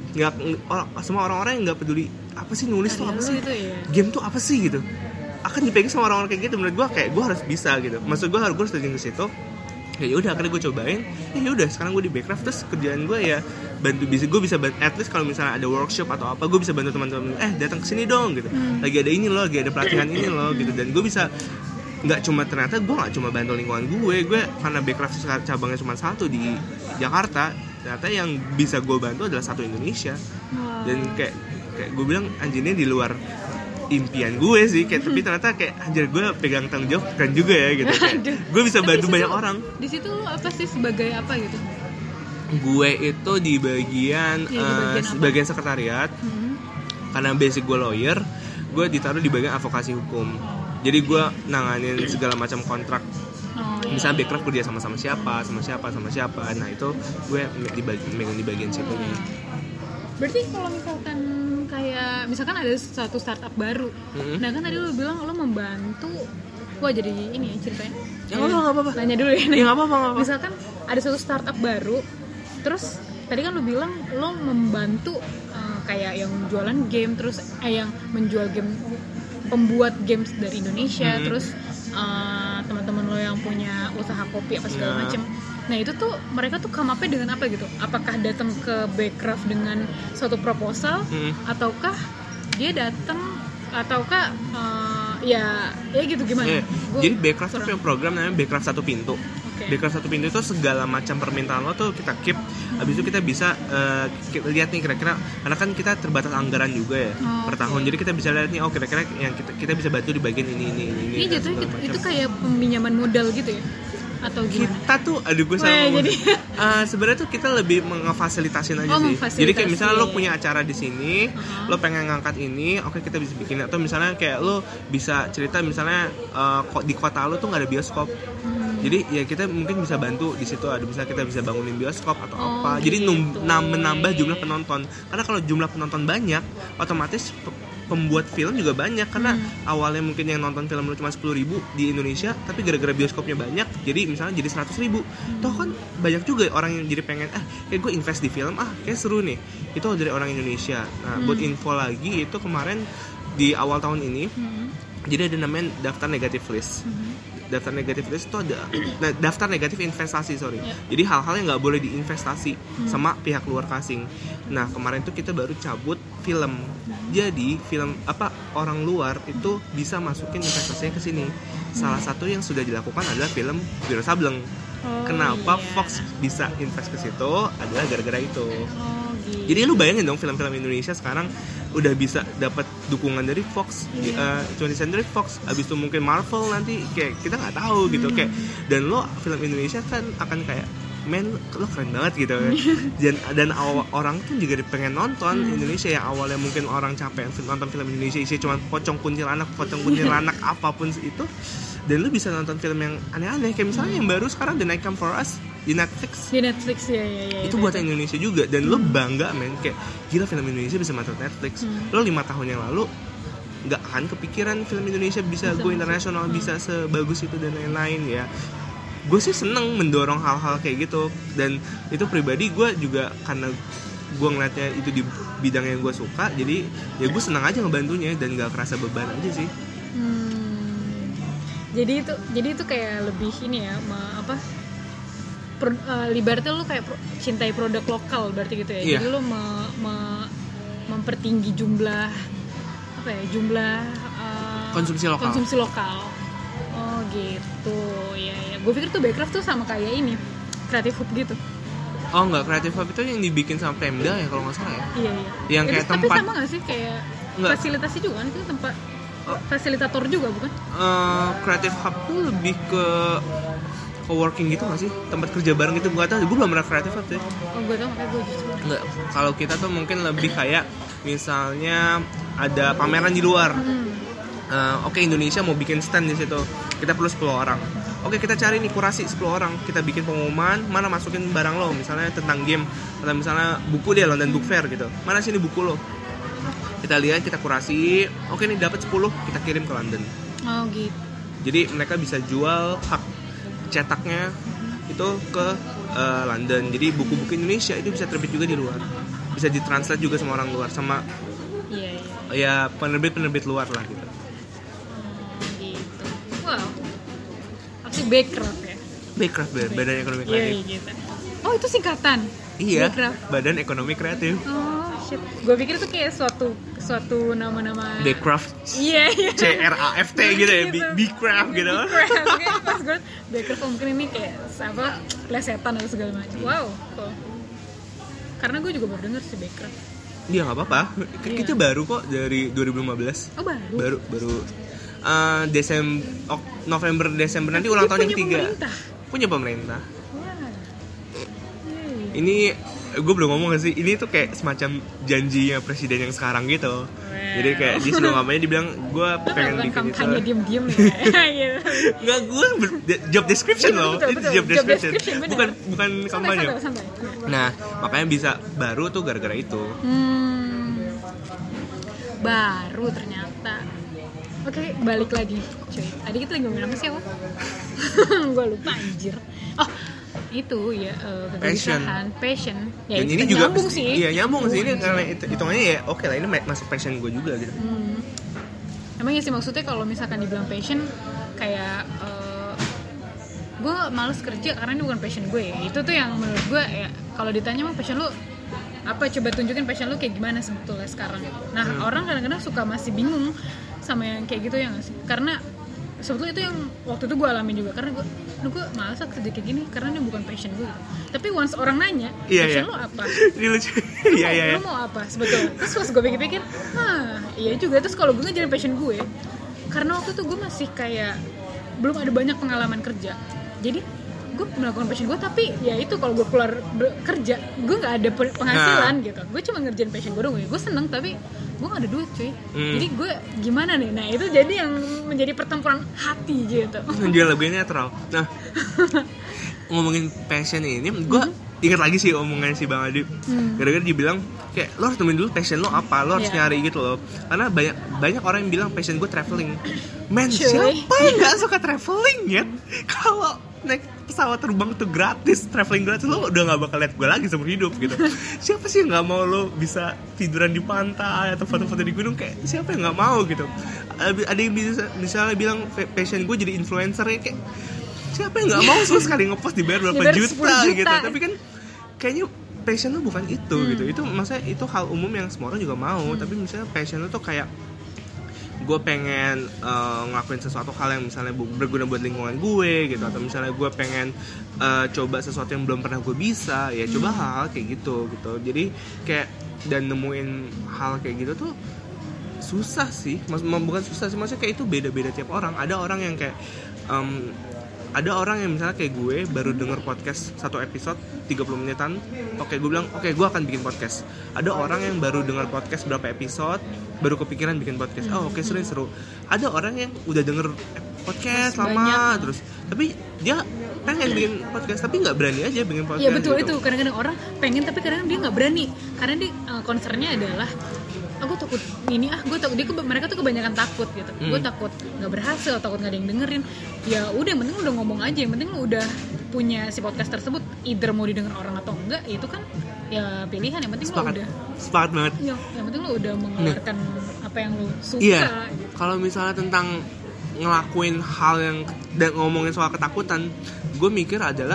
Sama orang-orang yang nggak peduli apa sih nulis tuh apa sih, game tuh apa sih gitu, akan dipegang sama orang-orang kayak gitu. Menurut gue kayak gue harus bisa gitu. Maksud gue harus terjun ke situ. Ya udah, akhirnya gue cobain. Ya udah, sekarang gue di Backcraft. Terus kerjaan gue ya bantu, gue bisa bantu, at least kalau misalnya ada workshop atau apa, gue bisa bantu teman-teman, datang ke sini dong gitu. Lagi ada ini loh, lagi ada pelatihan ini loh gitu. Dan gue bisa ternyata gue nggak cuma bantu lingkungan gue karena Backcraft cabangnya cuma satu di Jakarta. Ternyata yang bisa gue bantu adalah satu Indonesia. Dan kayak gue bilang anjirnya di luar impian gue sih, kayak tapi ternyata kayak anjir gue pegang tanggung jawab kan juga ya gitu. Gue bisa bantu banyak orang. Di situ lo apa sih, sebagai apa gitu? Gue itu di bagian bagian sekretariat. Karena basic gue lawyer, gue ditaruh di bagian advokasi hukum. Jadi gue nanganin segala macam kontrak. Misalnya Backcraft kerja sama siapa. Nah itu gue megang di bagian situ. Berarti kalau misalkan ada satu startup baru, nah kan tadi lo bilang lo membantu, wah jadi ini ceritanya. Nggak apa-apa. Nanya dulu ya. Nggak apa-apa. Misalkan ada satu startup baru, terus tadi kan lo bilang lo membantu kayak yang jualan game, terus yang menjual game, pembuat games dari Indonesia, terus teman-teman lo yang punya usaha kopi apa segala macam. Nah itu tuh mereka tuh come up-nya dengan apa gitu? Apakah datang ke Backcraft dengan suatu proposal, ataukah dia datang, ataukah ya gitu gimana? Jadi Backcraft tuh punya program namanya Backcraft Satu Pintu. Backcraft Satu Pintu itu segala macam permintaan lo tuh kita keep. Habis itu kita bisa lihat nih kira-kira, karena kan kita terbatas anggaran juga ya per tahun. Jadi kita bisa lihat nih, kira-kira yang kita bisa bantu di bagian ini. Ini jatuhnya itu kayak peminjaman modal gitu ya? Atau gimana? Kita tuh, sebenarnya tuh kita lebih ngefasilitasin aja sih. Jadi kayak misalnya lo punya acara di sini, lo pengen ngangkat ini, kita bisa bikin. Atau misalnya kayak lo bisa cerita misalnya di kota lo tuh nggak ada bioskop. Jadi ya kita mungkin bisa bantu di situ, ada bisa kita bisa bangunin bioskop atau apa. Jadi gitu. menambah jumlah penonton. Karena kalau jumlah penonton banyak, otomatis pembuat film juga banyak. Karena awalnya mungkin yang nonton film lu cuma 10.000 di Indonesia, tapi gara-gara bioskopnya banyak, jadi misalnya jadi 100.000. Toh kan banyak juga orang yang jadi pengen kayak gue invest di film, kayak seru nih. Itu dari orang Indonesia. Nah, buat info lagi, itu kemarin di awal tahun ini, jadi ada namanya daftar negatif list. Daftar negatif list itu ada daftar negatif investasi, Jadi hal-hal yang nggak boleh diinvestasi sama pihak luar casing. Nah, kemarin tuh kita baru cabut film. Jadi film orang luar itu bisa masukin investasinya ke sini. Salah satu yang sudah dilakukan adalah film Wiro Sableng. Kenapa Fox bisa invest ke situ adalah gara-gara itu. Jadi lu bayangin dong, film-film Indonesia sekarang udah bisa dapat dukungan dari Fox, 20th Century Fox, abis itu mungkin Marvel nanti, kayak kita nggak tahu gitu, kayak dan lo film Indonesia kan akan kayak lo keren banget gitu. Dan orang tuh juga pengen nonton Indonesia yang awalnya mungkin orang capek nonton film Indonesia isinya cuma pocong kuntilanak apapun itu, dan lu bisa nonton film yang aneh-aneh kayak misalnya yang baru sekarang The Night Come For Us di Netflix ya itu buatan Indonesia juga, dan lo bangga kayak gila film Indonesia bisa masuk Netflix. Lo 5 tahun yang lalu nggak akan kepikiran film Indonesia bisa go internasional, bisa sebagus itu dan lain-lain ya. Gue sih seneng mendorong hal-hal kayak gitu, dan itu pribadi gue juga karena gue ngeliatnya itu di bidang yang gue suka, jadi ya gue seneng aja ngebantunya dan nggak kerasa beban aja sih. Jadi itu kayak lebih ini ya, ibaratnya lu kayak cintai produk lokal berarti gitu ya. Iya. Jadi lu mempertinggi jumlah konsumsi lokal. Oh gitu. Ya. Gue pikir tuh Backcraft tuh sama kayak ini, Creative Hub gitu. Oh enggak, Creative Hub itu yang dibikin sama Pemda ya kalau nggak salah ya. Iya. Yang kayak tapi tempat. Tapi sama nggak sih kayak fasilitasi juga kan, itu tempat fasilitator juga bukan? Creative Hub tuh lebih ke co-working gitu nggak sih, tempat kerja bareng gitu. Gue tahu, gue belum pernah Creative Hub tuh. Oh gue tau, makanya gue justru nggak. Kalau kita tuh mungkin lebih kayak misalnya ada pameran di luar. Oke, Indonesia mau bikin stand di situ, kita perlu 10 orang. Oke, kita cari nih kurasi 10 orang, kita bikin pengumuman mana masukin barang lo, misalnya tentang game atau misalnya buku deh, London Book Fair gitu. Mana sini buku lo? Kita lihat, kita kurasi. Oke nih dapat 10, kita kirim ke London. Oh gitu. Jadi mereka bisa jual hak cetaknya itu ke London. Jadi buku-buku Indonesia itu bisa terbit juga di luar, bisa ditranslate juga sama orang luar, sama ya penerbit luar lah gitu. Gitu. Wow. Apa Backcraft ya? Backcraft, Badan Ekonomi Kreatif. Iya gitu. Oh itu singkatan? Iya. Backcraft. Badan Ekonomi Kreatif. Oh shit. Gue pikir itu kayak suatu nama-nama. Backcraft. Iya. CRAFT gitu ya, Backcraft gitu. Backcraft. Oke, pas gue Backcraft mungkin ini kayak plesetan atau segala macam. Wow. Cool. Karena gue juga baru denger sih Backcraft. Iya nggak apa-apa. Kita baru kok dari 2015. Oh baru. Baru. November Desember nanti ulang tahun yang 3. Punya pemerintah. Wow. Ini gue belum ngomong sih, ini tuh kayak semacam janjinya presiden yang sekarang gitu. Jadi kayak dia sebelum kampanye dibilang gue pengen bikin itu. Kampanye diem-diem nih. Nggak, gue job description loh. Itu job description. Bukan kampanye. Santai. Nah makanya bisa baru tuh gara-gara itu. Baru ternyata. Oke, balik lagi cuy. Tadi kita lagi ngomongin apa sih apa? Gue lupa anjir. Oh itu ya passion. Ya, dan ini juga nyambung sih. Iya nyambung sih ini karena hitungannya ya oke lah, ini masuk passion gue juga gitu. Emang ya sih maksudnya kalau misalkan dibilang passion kayak gue males kerja karena ini bukan passion gue ya. Itu tuh yang menurut gue ya, kalau ditanya emang passion lu apa, coba tunjukin passion lu kayak gimana sebetulnya sekarang. Nah orang kadang-kadang suka masih bingung sama yang kayak gitu ya nggak sih, karena sebetulnya itu yang waktu itu gue alamin juga, karena gue malas kerja kayak gini karena ini bukan passion gue gitu. Tapi once orang nanya passion lo apa, lu mau apa sebetulnya, terus pas gue pikir-pikir iya juga. Terus kalau gue ngejalan passion gue, karena waktu itu gue masih kayak belum ada banyak pengalaman kerja, jadi gue melakukan passion gue, tapi ya itu kalau gue keluar kerja gue nggak ada penghasilan gitu. Gue cuma ngerjain passion gue dong, gue seneng tapi gue gak ada duit cuy. Jadi gue gimana nih? Nah itu jadi yang menjadi pertempuran hati gitu. Dia lebih netral. Nah ngomongin passion ini, gue ingat lagi sih omongannya si Bang Adip. Gara-gara dia bilang kayak lo harus temuin dulu passion lo apa, lo harus nyari gitu loh. Karena banyak orang yang bilang passion gue traveling. Men, siapa yang gak suka traveling ya? Kalau naik pesawat terbang tuh gratis, traveling gratis, lo udah gak bakal lihat gue lagi seumur hidup gitu. Siapa sih yang gak mau lo bisa tiduran di pantai atau foto-foto di gunung, kayak siapa yang gak mau gitu. Ada yang misalnya bilang passion gue jadi influencer ya, kayak siapa yang gak mau sekali ngepost dibayar berapa juta gitu. Tapi kan kayaknya passion lo bukan itu gitu. Itu maksudnya itu hal umum yang semua orang juga mau. Tapi misalnya passion lo tuh kayak gue pengen ngelakuin sesuatu hal yang misalnya berguna buat lingkungan gue gitu, atau misalnya gue pengen coba sesuatu yang belum pernah gue bisa, ya coba hal kayak gitu. Jadi kayak dan nemuin hal kayak gitu tuh susah sih, bukan susah sih, maksudnya kayak itu beda-beda tiap orang. Ada orang yang kayak ada orang yang misalnya kayak gue baru denger podcast 1 episode 30 menitan, oke gue bilang oke gue akan bikin podcast. Ada orang yang baru denger podcast berapa episode baru kepikiran bikin podcast, oke seru. Ada orang yang udah denger podcast lama terus, tapi dia pengen bikin podcast tapi nggak berani aja bikin podcast. Iya betul gitu. Itu kadang-kadang orang pengen tapi kadang dia nggak berani karena dia concernnya adalah aku takut ini mereka tuh kebanyakan takut gitu. Gue takut nggak berhasil, takut nggak ada yang dengerin. Ya udah, yang penting lu udah ngomong aja, yang penting lu udah punya si podcast tersebut, either mau didengar orang atau enggak, itu kan ya pilihan. Yang penting lu udah sepakat banget. Ya, yang penting lu udah mengeluarkan apa yang lu suka. Iya. Kalau misalnya tentang ngelakuin hal yang dan ngomongin soal ketakutan, gue mikir adalah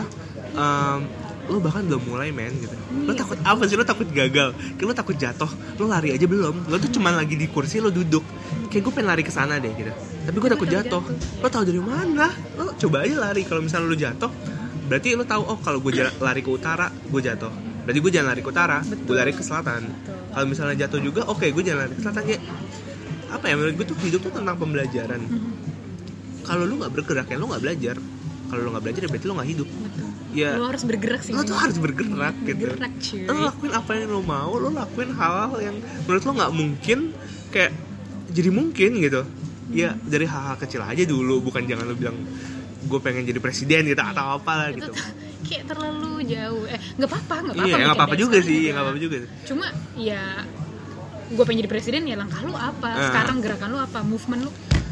lo bahkan belum mulai men gitu. Lo takut apa sih? Lo takut gagal, lo takut jatuh, lo lari aja belum. Lo tuh cuma lagi di kursi, lo duduk. Kayak gue pengen lari ke sana deh gitu. Tapi gue takut jatuh. Lo tahu dari mana? Lo coba aja lari. Kalau misalnya lo jatuh, berarti lo tahu kalau gue lari ke utara, gue jatuh. Berarti gue jangan lari ke utara, gue lari ke selatan. Kalau misalnya jatuh juga, oke, gue jangan lari ke selatan ya. Apa ya, menurut gue tuh hidup tuh tentang pembelajaran. Kalau lo nggak bergerak ya lo nggak belajar. Kalau lo nggak belajar ya berarti lo nggak hidup. Ya, lo harus bergerak sih. Lo tuh harus bergerak gitu. Lo lakuin apa yang lo mau, lo lakuin hal-hal yang menurut lo nggak mungkin kayak jadi mungkin gitu. Ya dari hal-hal kecil aja dulu, bukan jangan lo bilang gue pengen jadi presiden gitu atau apalah gitu. Kayak terlalu jauh. Nggak apa-apa. Iya, nggak apa-apa juga sih, nggak apa-apa juga. Cuma ya gue pengen jadi presiden, ya langkah lo apa? Sekarang gerakan lo apa? Movement lo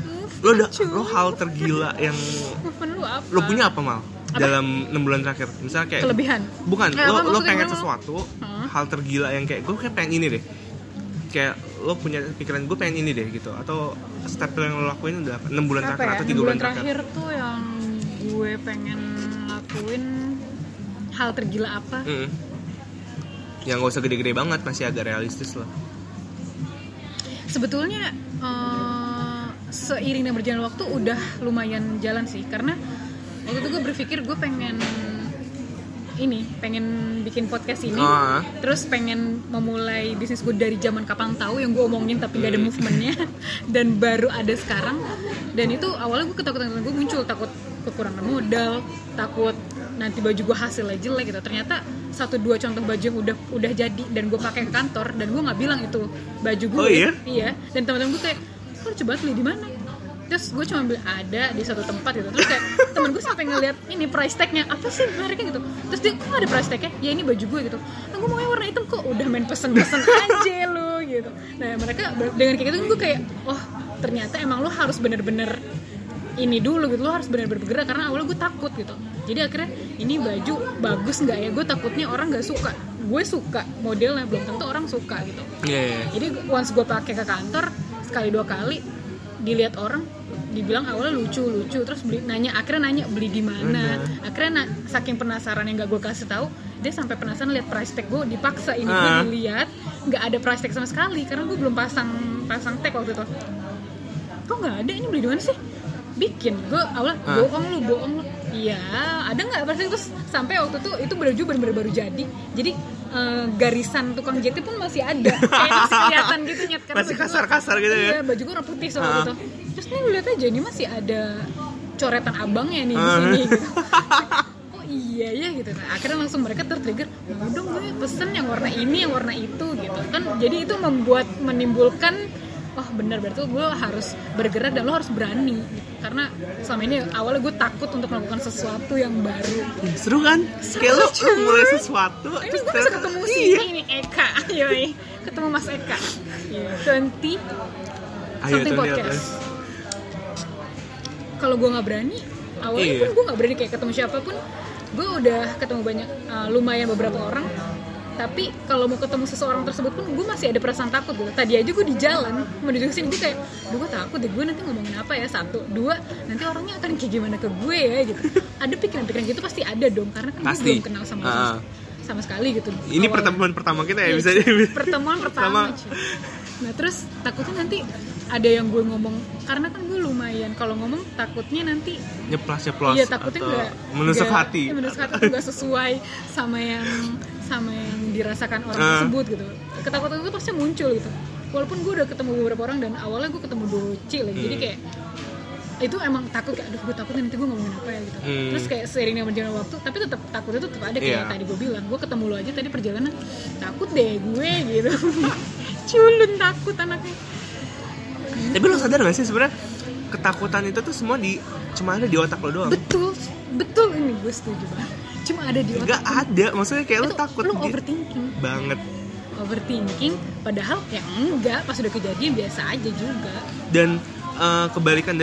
hal tergila yang lo punya apa Mal? Dalam 6 bulan terakhir, misalnya kayak kelebihan? Bukan, lo pengen sesuatu hal tergila yang kayak gue kayak pengen ini deh, kayak lo punya pikiran gue pengen ini deh gitu, atau step yang lo lakuin udah 6 bulan terakhir atau 3 bulan terakhir tuh yang gue pengen lakuin hal tergila apa? Yang gak usah gede-gede banget, masih agak realistis lah. Sebetulnya seiring dan berjalan waktu udah lumayan jalan sih, karena waktu itu gue berpikir gue pengen bikin podcast ini, terus pengen memulai bisnis gue dari zaman kapan tahu yang gue omongin tapi gak ada movementnya dan baru ada sekarang. Dan itu awalnya gue ketakutan gue muncul, takut kekurangan modal, takut nanti baju gue hasilnya jelek gitu. Ternyata 1-2 contoh baju yang udah jadi dan gue pakai ke kantor, dan gue nggak bilang itu baju gue. Iya. Dan teman-teman gue kayak, lo coba beli di mana? Terus gue cuma bilang ada di satu tempat gitu. Terus kayak temen gue sampai ngeliat ini price tagnya, apa sih menariknya gitu. Terus dia, kok ada price tagnya? Ya ini baju gue gitu. Nah gue maunya warna hitam, kok udah main pesen-pesen aja lo gitu. Nah mereka dengan kayak gitu gue kayak, oh ternyata emang lo harus bener-bener ini dulu gitu, lo harus bener-bener bergerak. Karena awalnya gue takut gitu. Jadi akhirnya ini baju bagus nggak ya? Gue takutnya orang nggak suka. Gue suka modelnya, belum tentu orang suka gitu. Jadi once gue pakai ke kantor 1-2 kali dilihat orang, dibilang awalnya lucu, terus akhirnya nanya beli di mana. Akhirnya saking penasaran yang nggak gue kasih tahu, dia sampai penasaran lihat price tag gue, dipaksa ini gue dilihat, nggak ada price tag sama sekali karena gue belum pasang tag waktu itu. Kok nggak ada, ini beli di mana sih? Bikin gue awalnya bohong lu. Iya, ada nggak price tag? Terus sampai waktu itu baju bener-bener baru jadi garisan tukang jahit pun masih ada, kayak masih kelihatan gitu nyet, masih kasar-kasar gitu ya. Iya, baju gue warna putih soalnya gitu. Terus nih lihat aja, ini masih ada coretan abangnya nih di sini gitu. Oh iya ya gitu kan. Akhirnya langsung mereka tertrigger, mau dong gue pesen yang warna ini, yang warna itu gitu kan. Jadi itu menimbulkan oh benar, berarti gue harus bergerak dan lo harus berani gitu. Karena selama ini awalnya gue takut untuk melakukan sesuatu yang baru. Seru kan? Kayak lo mulai sesuatu. Ini gue bisa ketemu ini Eka, yoi. Ketemu Mas Eka. 20 something podcast. Kalau gue nggak berani, awalnya pun gue nggak berani kayak ketemu siapapun. Gue udah ketemu banyak, lumayan beberapa orang. Tapi kalau mau ketemu seseorang tersebut pun gue masih ada perasaan takut gitu. Tadi aja gue di jalan menuju ke sini gue kayak, gue takut deh, gue nanti ngomongin apa ya, 1, 2, nanti orangnya akan kayak gimana ke gue ya gitu. Ada pikiran-pikiran gitu pasti ada dong, karena kan gue belum kenal sama sekali gitu. Ini pertemuan pertama kita ya, bisa pertemuan pertama. Nah terus takutnya nanti ada yang gue ngomong, karena kan gue lumayan kalau ngomong takutnya nanti nyeplos iya, takutnya nggak menusuk hati nggak sesuai sama yang dirasakan orang tersebut gitu. Ketakutan itu pasti muncul gitu. Walaupun gue udah ketemu beberapa orang dan awalnya gue ketemu Doci lagi, jadi kayak itu emang takut kayak, aduh gue takut nanti gue ngomongin apa ya gitu. Terus kayak seiringnya berjalan waktu, tapi tetap takutnya tuh tetap ada kayak tadi gue bilang, gue ketemu lo aja tadi perjalanan takut deh gue gitu. Culun takut anaknya. Tapi lo sadar gak sih sebenarnya ketakutan itu tuh semua cuma ada di otak lo doang? Betul ini gue setuju banget. Cuma ada di otak. Gak ada, maksudnya kayak lo takut. Lo overthinking banget. Overthinking, padahal ya enggak, pas udah kejadian biasa aja juga. Dan kebalikan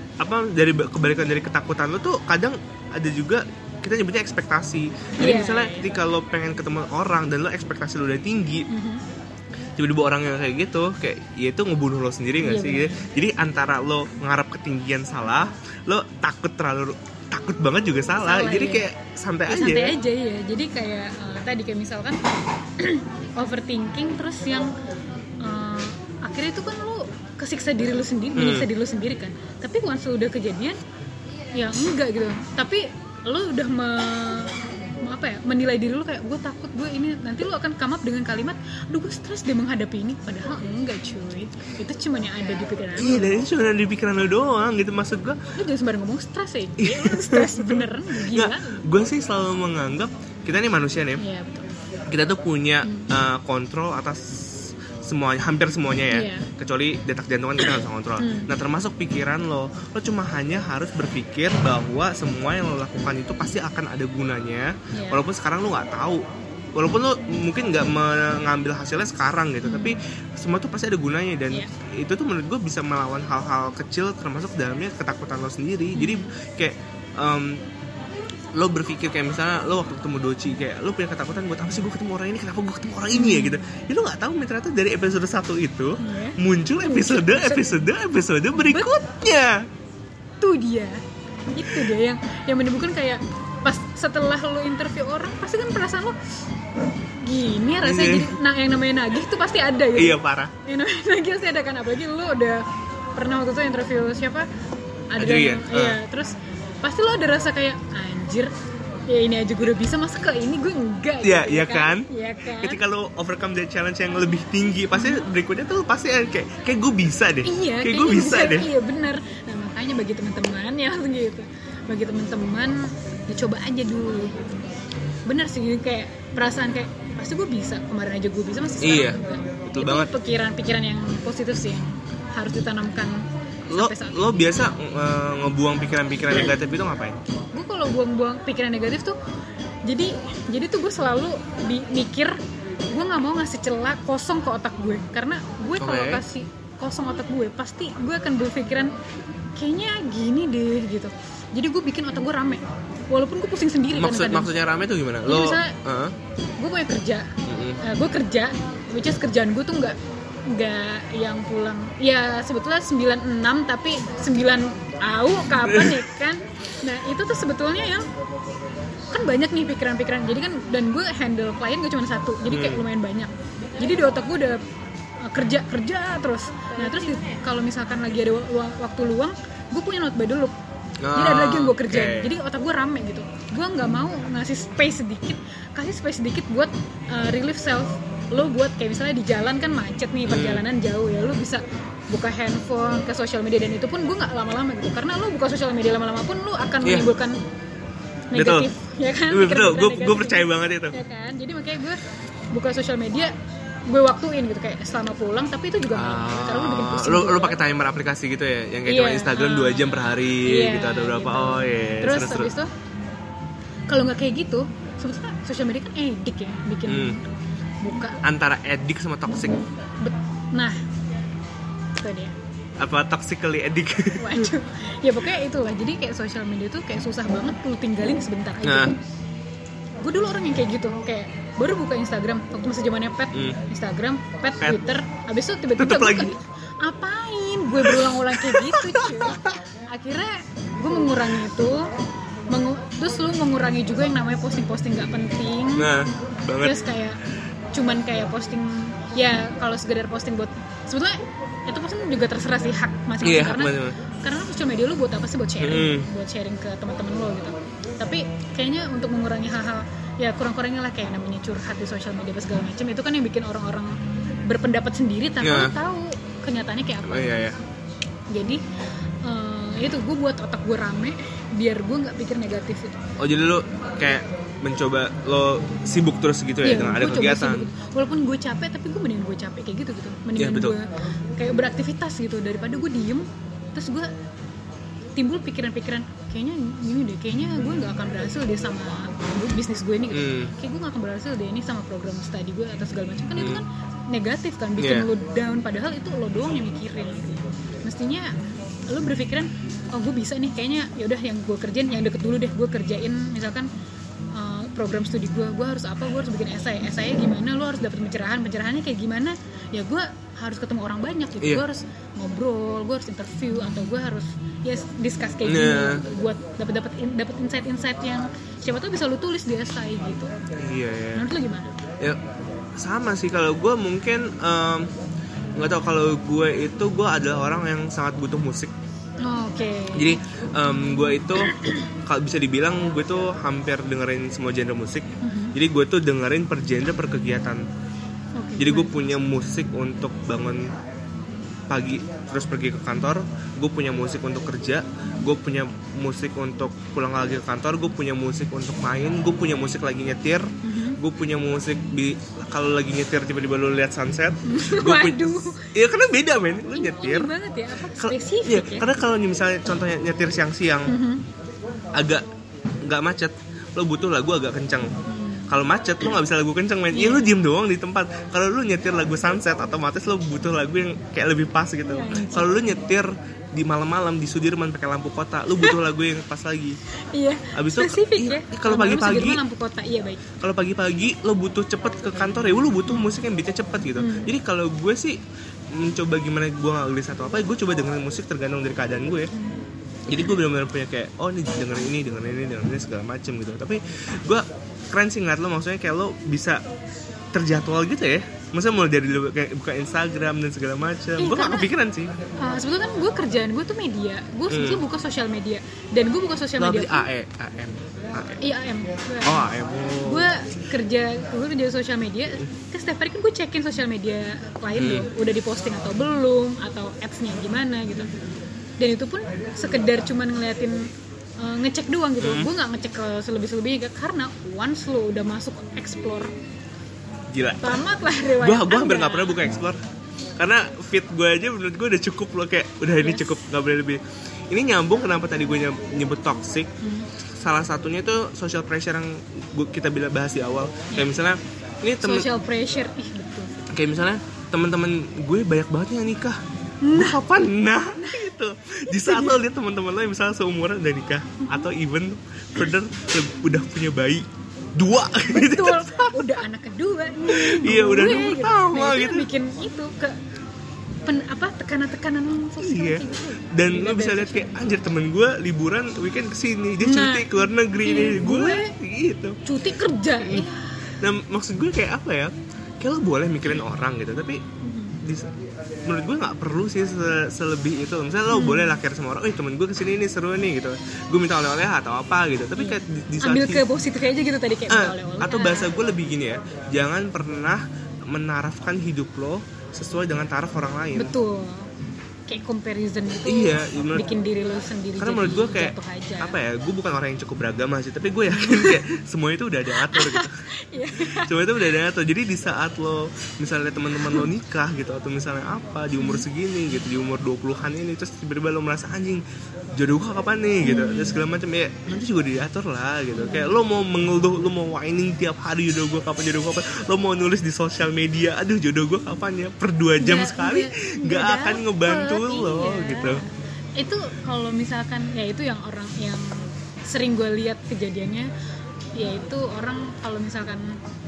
dari ketakutan lo tuh kadang ada juga kita nyebutnya ekspektasi. Jadi misalnya ketika lo pengen ketemu orang dan lo ekspektasi lo udah tinggi, tiba-tiba orang yang kayak gitu, kayak ya itu ngebunuh lo sendiri nggak sih? Gitu. Jadi antara lo ngarap ketinggian salah, lo takut banget juga salah. Jadi kayak santai aja ya. Jadi kayak tadi kayak misalkan overthinking, terus yang akhirnya itu kan lo kesiksa diri lo sendiri, menyiksa diri lo sendiri kan. Tapi once udah kejadian ya enggak gitu. Tapi lo udah menilai diri lo kayak, gue takut, gue ini, nanti lo akan come up dengan kalimat, aduh gue stres deh menghadapi ini, padahal enggak cuy, itu cuma yang ada di pikiran lo. Iya, dan itu cuma ada di pikiran lo doang gitu, maksud gue. Lo jangan sembarang ngomong stres ya, stres beneran, gila. Gue sih selalu menganggap kita nih manusia nih, betul. Kita tuh punya kontrol atas semuanya, hampir semuanya ya, kecuali detak jantung kan kita nggak bisa kontrol. Nah termasuk pikiran lo cuma hanya harus berpikir bahwa semua yang lo lakukan itu pasti akan ada gunanya, walaupun sekarang lo nggak tahu, walaupun lo mungkin nggak mengambil hasilnya sekarang gitu, tapi semua tuh pasti ada gunanya. Dan itu tuh menurut gue bisa melawan hal-hal kecil, termasuk dalamnya ketakutan lo sendiri. Jadi kayak lo berpikir kayak misalnya lo waktu ketemu Doci, kayak lo punya ketakutan, buat apa sih gue ketemu orang ini, kenapa gue ketemu orang ini ya gitu. Ya lo nggak tahu ternyata dari episode 1 itu muncul episode berikutnya. Itu dia yang menimbulkan kayak pas setelah lo interview orang, pasti kan perasaan lo gini rasanya. Jadi yang namanya nagih tuh pasti ada gitu. Iya parah. Yang namanya nagih pasti ada kan, apalagi lo udah pernah waktu itu interview siapa? Adrian. Iya, terus pasti lo ada rasa kayak anjir, ya ini aja gue udah bisa, masa ke ini gue enggak. Iya kan? Ketika lo overcome the challenge yang lebih tinggi, pasti berikutnya tuh pasti kayak gue bisa deh. Iya, kayak gue bisa deh. Iya benar. Nah makanya bagi teman-teman ya gitu, bagi teman-teman dicoba aja dulu. Bener sih, kayak perasaan kayak pasti gue bisa, kemarin aja gue bisa, masih sekarang enggak. Betul itu banget. Pikiran yang positif sih yang harus ditanamkan. Lo biasa ngebuang pikiran-pikiran negatif itu ngapain? Gue kalau buang-buang pikiran negatif tuh jadi tuh gue selalu mikir, gue nggak mau ngasih celah kosong ke otak gue, karena gue kalau kasih kosong otak gue pasti gue akan berpikiran kayaknya gini deh gitu. Jadi gue bikin otak gue rame, walaupun gue pusing sendiri. Maksudnya rame tuh gimana? Jadi misalnya gue punya kerja, gue kerja, which is kerjaan gue tuh nggak yang pulang ya sebetulnya 9-6 tapi 9 kapan ya kan. Nah itu tuh sebetulnya yang kan banyak nih pikiran-pikiran, jadi kan, dan gue handle klien gak cuma satu, jadi kayak lumayan banyak, jadi di otak gue udah kerja terus. Nah terus kalau misalkan lagi ada waktu luang, gue punya not by the loop. Jadi ada lagi yang gue kerjain, jadi otak gue rame gitu. Gue nggak mau ngasih space sedikit buat relief self. Lo buat kayak misalnya di jalan kan macet nih, perjalanan jauh ya, lo bisa buka handphone, ke sosial media, dan itu pun gue nggak lama-lama gitu, karena lo buka sosial media lama-lama pun lo akan menimbulkan negatif, ya kan? Betul, gue percaya banget itu. Ya kan, jadi makanya gue buka sosial media, gue waktuin gitu kayak selama pulang, tapi itu juga karena gue bikin pusing. Lu pakai timer aplikasi gitu ya, yang kayak cuma Instagram 2 jam per hari gitu atau berapa? Gitu. Oh iya. Terus habis itu kalau nggak kayak gitu, sebetulnya sosial media kan edik ya, bikin buka antara edik sama toxic. Nah, itu dia. Apa toxically edik? Waduh, ya pokoknya itulah. Jadi kayak sosial media tuh kayak susah banget lu tinggalin sebentar aja. Gue dulu orang yang kayak gitu, kayak baru buka Instagram waktu masih zamannya pet, Instagram, pet, Twitter, abis itu tiba-tiba lagi. Apain? Gue berulang-ulang kayak gitu, cuy. Akhirnya gue mengurangi itu, terus lu mengurangi juga yang namanya posting-posting nggak penting. Nah, banget. Terus kayak cuman kayak posting, ya kalau sekedar posting buat sebetulnya itu posting juga terserah sih hak masing-masing karena sosial media lu buat apa sih, buat sharing ke teman-teman lo gitu. Tapi kayaknya untuk mengurangi hal-hal ya kurang-kurangnya lah kayak namanya curhat di sosial media segala macam, itu kan yang bikin orang-orang berpendapat sendiri tanpa tahu kenyataannya kayak apa. Jadi itu gue buat otak gue rame biar gue nggak pikir negatif itu. Oh jadi lo kayak mencoba lo sibuk terus gitu ya, dengan ada kegiatan. Walaupun gue capek, tapi gue mendingan gue capek kayak gitu. Mendingan gue kayak beraktivitas gitu daripada gue diem terus gue timbul pikiran-pikiran kayaknya gini deh, kayaknya gue nggak akan berhasil deh sama bisnis gue ini gitu. Kayak gue nggak akan berhasil deh ini sama program studi gue atau segala macam, kan itu kan negatif kan, bikin lo down, padahal itu lo doang yang mikirin gitu. Mestinya lo berpikiran oh gue bisa nih, kayaknya yaudah yang gue kerjain yang deket dulu deh, gue kerjain misalkan program studi gue harus apa, gue harus bikin esai gimana, lo harus dapet pencerahannya kayak gimana, ya gue harus ketemu orang banyak gitu, gue harus ngobrol, gue harus interview, atau gue harus discuss kayak gini buat dapet insight yang siapa tuh bisa lo tulis di esai gitu. Menurut lo gimana? Ya sama sih, kalau gue mungkin nggak tahu, kalau gue itu gue adalah orang yang sangat butuh musik. Jadi gue itu kalau bisa dibilang gue tuh hampir dengerin semua genre musik. Jadi gue tuh dengerin per genre per kegiatan. Jadi gue punya musik untuk bangun pagi terus pergi ke kantor, gue punya musik untuk kerja, gue punya musik untuk pulang lagi ke kantor, gue punya musik untuk main, gue punya musik lagi nyetir, gue punya musik kalau lagi nyetir tiba-tiba lu lihat sunset. Iya karena beda men, lu nyetir. Banget ya, apa spesifik ya? Karena kalau misalnya contohnya nyetir siang-siang, agak nggak macet, lo butuh lagu agak kencang. Kalau macet lo nggak bisa lagu kenceng men, iya lo diem doang di tempat. Kalau lo nyetir lagu sunset otomatis lo butuh lagu yang kayak lebih pas gitu. Kalau lo nyetir di malam-malam di Sudirman pakai lampu kota, lo butuh lagu yang pas lagi. Abis spesifik itu, kalau pagi-pagi lampu kota, baik. Kalau pagi-pagi lo butuh cepet ke kantor ya, lo butuh musik yang beatnya cepet gitu. Jadi kalau gue sih mencoba gimana gue nggak gelis atau apa, gue coba dengerin musik tergantung dari keadaan gue. Jadi gue benar-benar punya kayak ini dengerin ini segala macem gitu. Tapi gue keren sih ngeliat lo, maksudnya kayak lo bisa terjadwal gitu ya. Maksudnya mulai dari dulu kayak buka Instagram dan segala macam. Gue gak kepikiran sih. Sebetulnya kan gue kerjaan gue tuh media. Gue sebetulnya buka sosial media. Dan gue buka sosial media AM. Iya AM. AM. Gue kerja sosial media. Kan setiap hari kan gue cekin sosial media klien dong, udah diposting atau belum, atau ads-nya gimana gitu. Dan itu pun sekedar cuman ngeliatin ngecek doang gitu. Gue nggak ngecek selebih-selebihnya karena once lo udah masuk explore, gila. tamat lah riwayat. Gue hampir nggak pernah buka explore karena feed gue aja menurut gue udah cukup loh, kayak udah ini cukup, nggak boleh lebih. Ini nyambung kenapa tadi gue nyebut toxic. Salah satunya itu social pressure yang kita bahas di awal. Kayak misalnya ini social pressure, betul. Kayak misalnya teman-teman gue banyak banget yang nikah. Gue kapan? Itu di saat lo lihat teman-teman lo yang misalnya seumuran udah nikah atau even further udah punya bayi 2 betul, udah anak kedua nih. Iya udah anak pertama gitu. Bikin itu ke tekanan sosial gitu. Dan lo bisa lihat kayak anjir, temen gue liburan weekend kesini, dia cuti ke luar negeri nih, gue gitu cuti kerja. Nah maksud gue kayak apa ya, kayak lo boleh mikirin orang gitu, tapi menurut gue nggak perlu sih selebih itu. Misalnya lo boleh lah care sama orang, temen gue kesini nih seru nih gitu, gue minta oleh-oleh atau apa gitu. Tapi kayak di ambil ke positif aja gitu tadi, kayak minta oleh-oleh. Atau bahasa gue lebih gini ya, jangan pernah menarafkan hidup lo sesuai dengan taraf orang lain. Betul. kayak comparison gitu. Iya, bikin diri lo sendiri. Karena menurut gue kayak apa ya, gue bukan orang yang cukup beragama sih, tapi gue yakin kayak semua itu udah ada atur gitu. Semua itu udah ada atur. Jadi di saat lo misalnya teman-teman lo nikah gitu, atau misalnya apa di umur segini gitu, di umur 20-an ini, terus tiba-tiba lo merasa anjing jodoh gue kapan nih gitu, terus segala macam, ya nanti juga diatur lah gitu. Kayak lo mau mengeluh, lo mau whining tiap hari jodoh gue kapan, lo mau nulis di sosial media aduh jodoh gue kapan ya, per 2 jam sekali nggak akan ngebantu lo gitu. Itu kalau misalkan ya itu yang orang yang sering gue lihat kejadiannya, yaitu orang kalau misalkan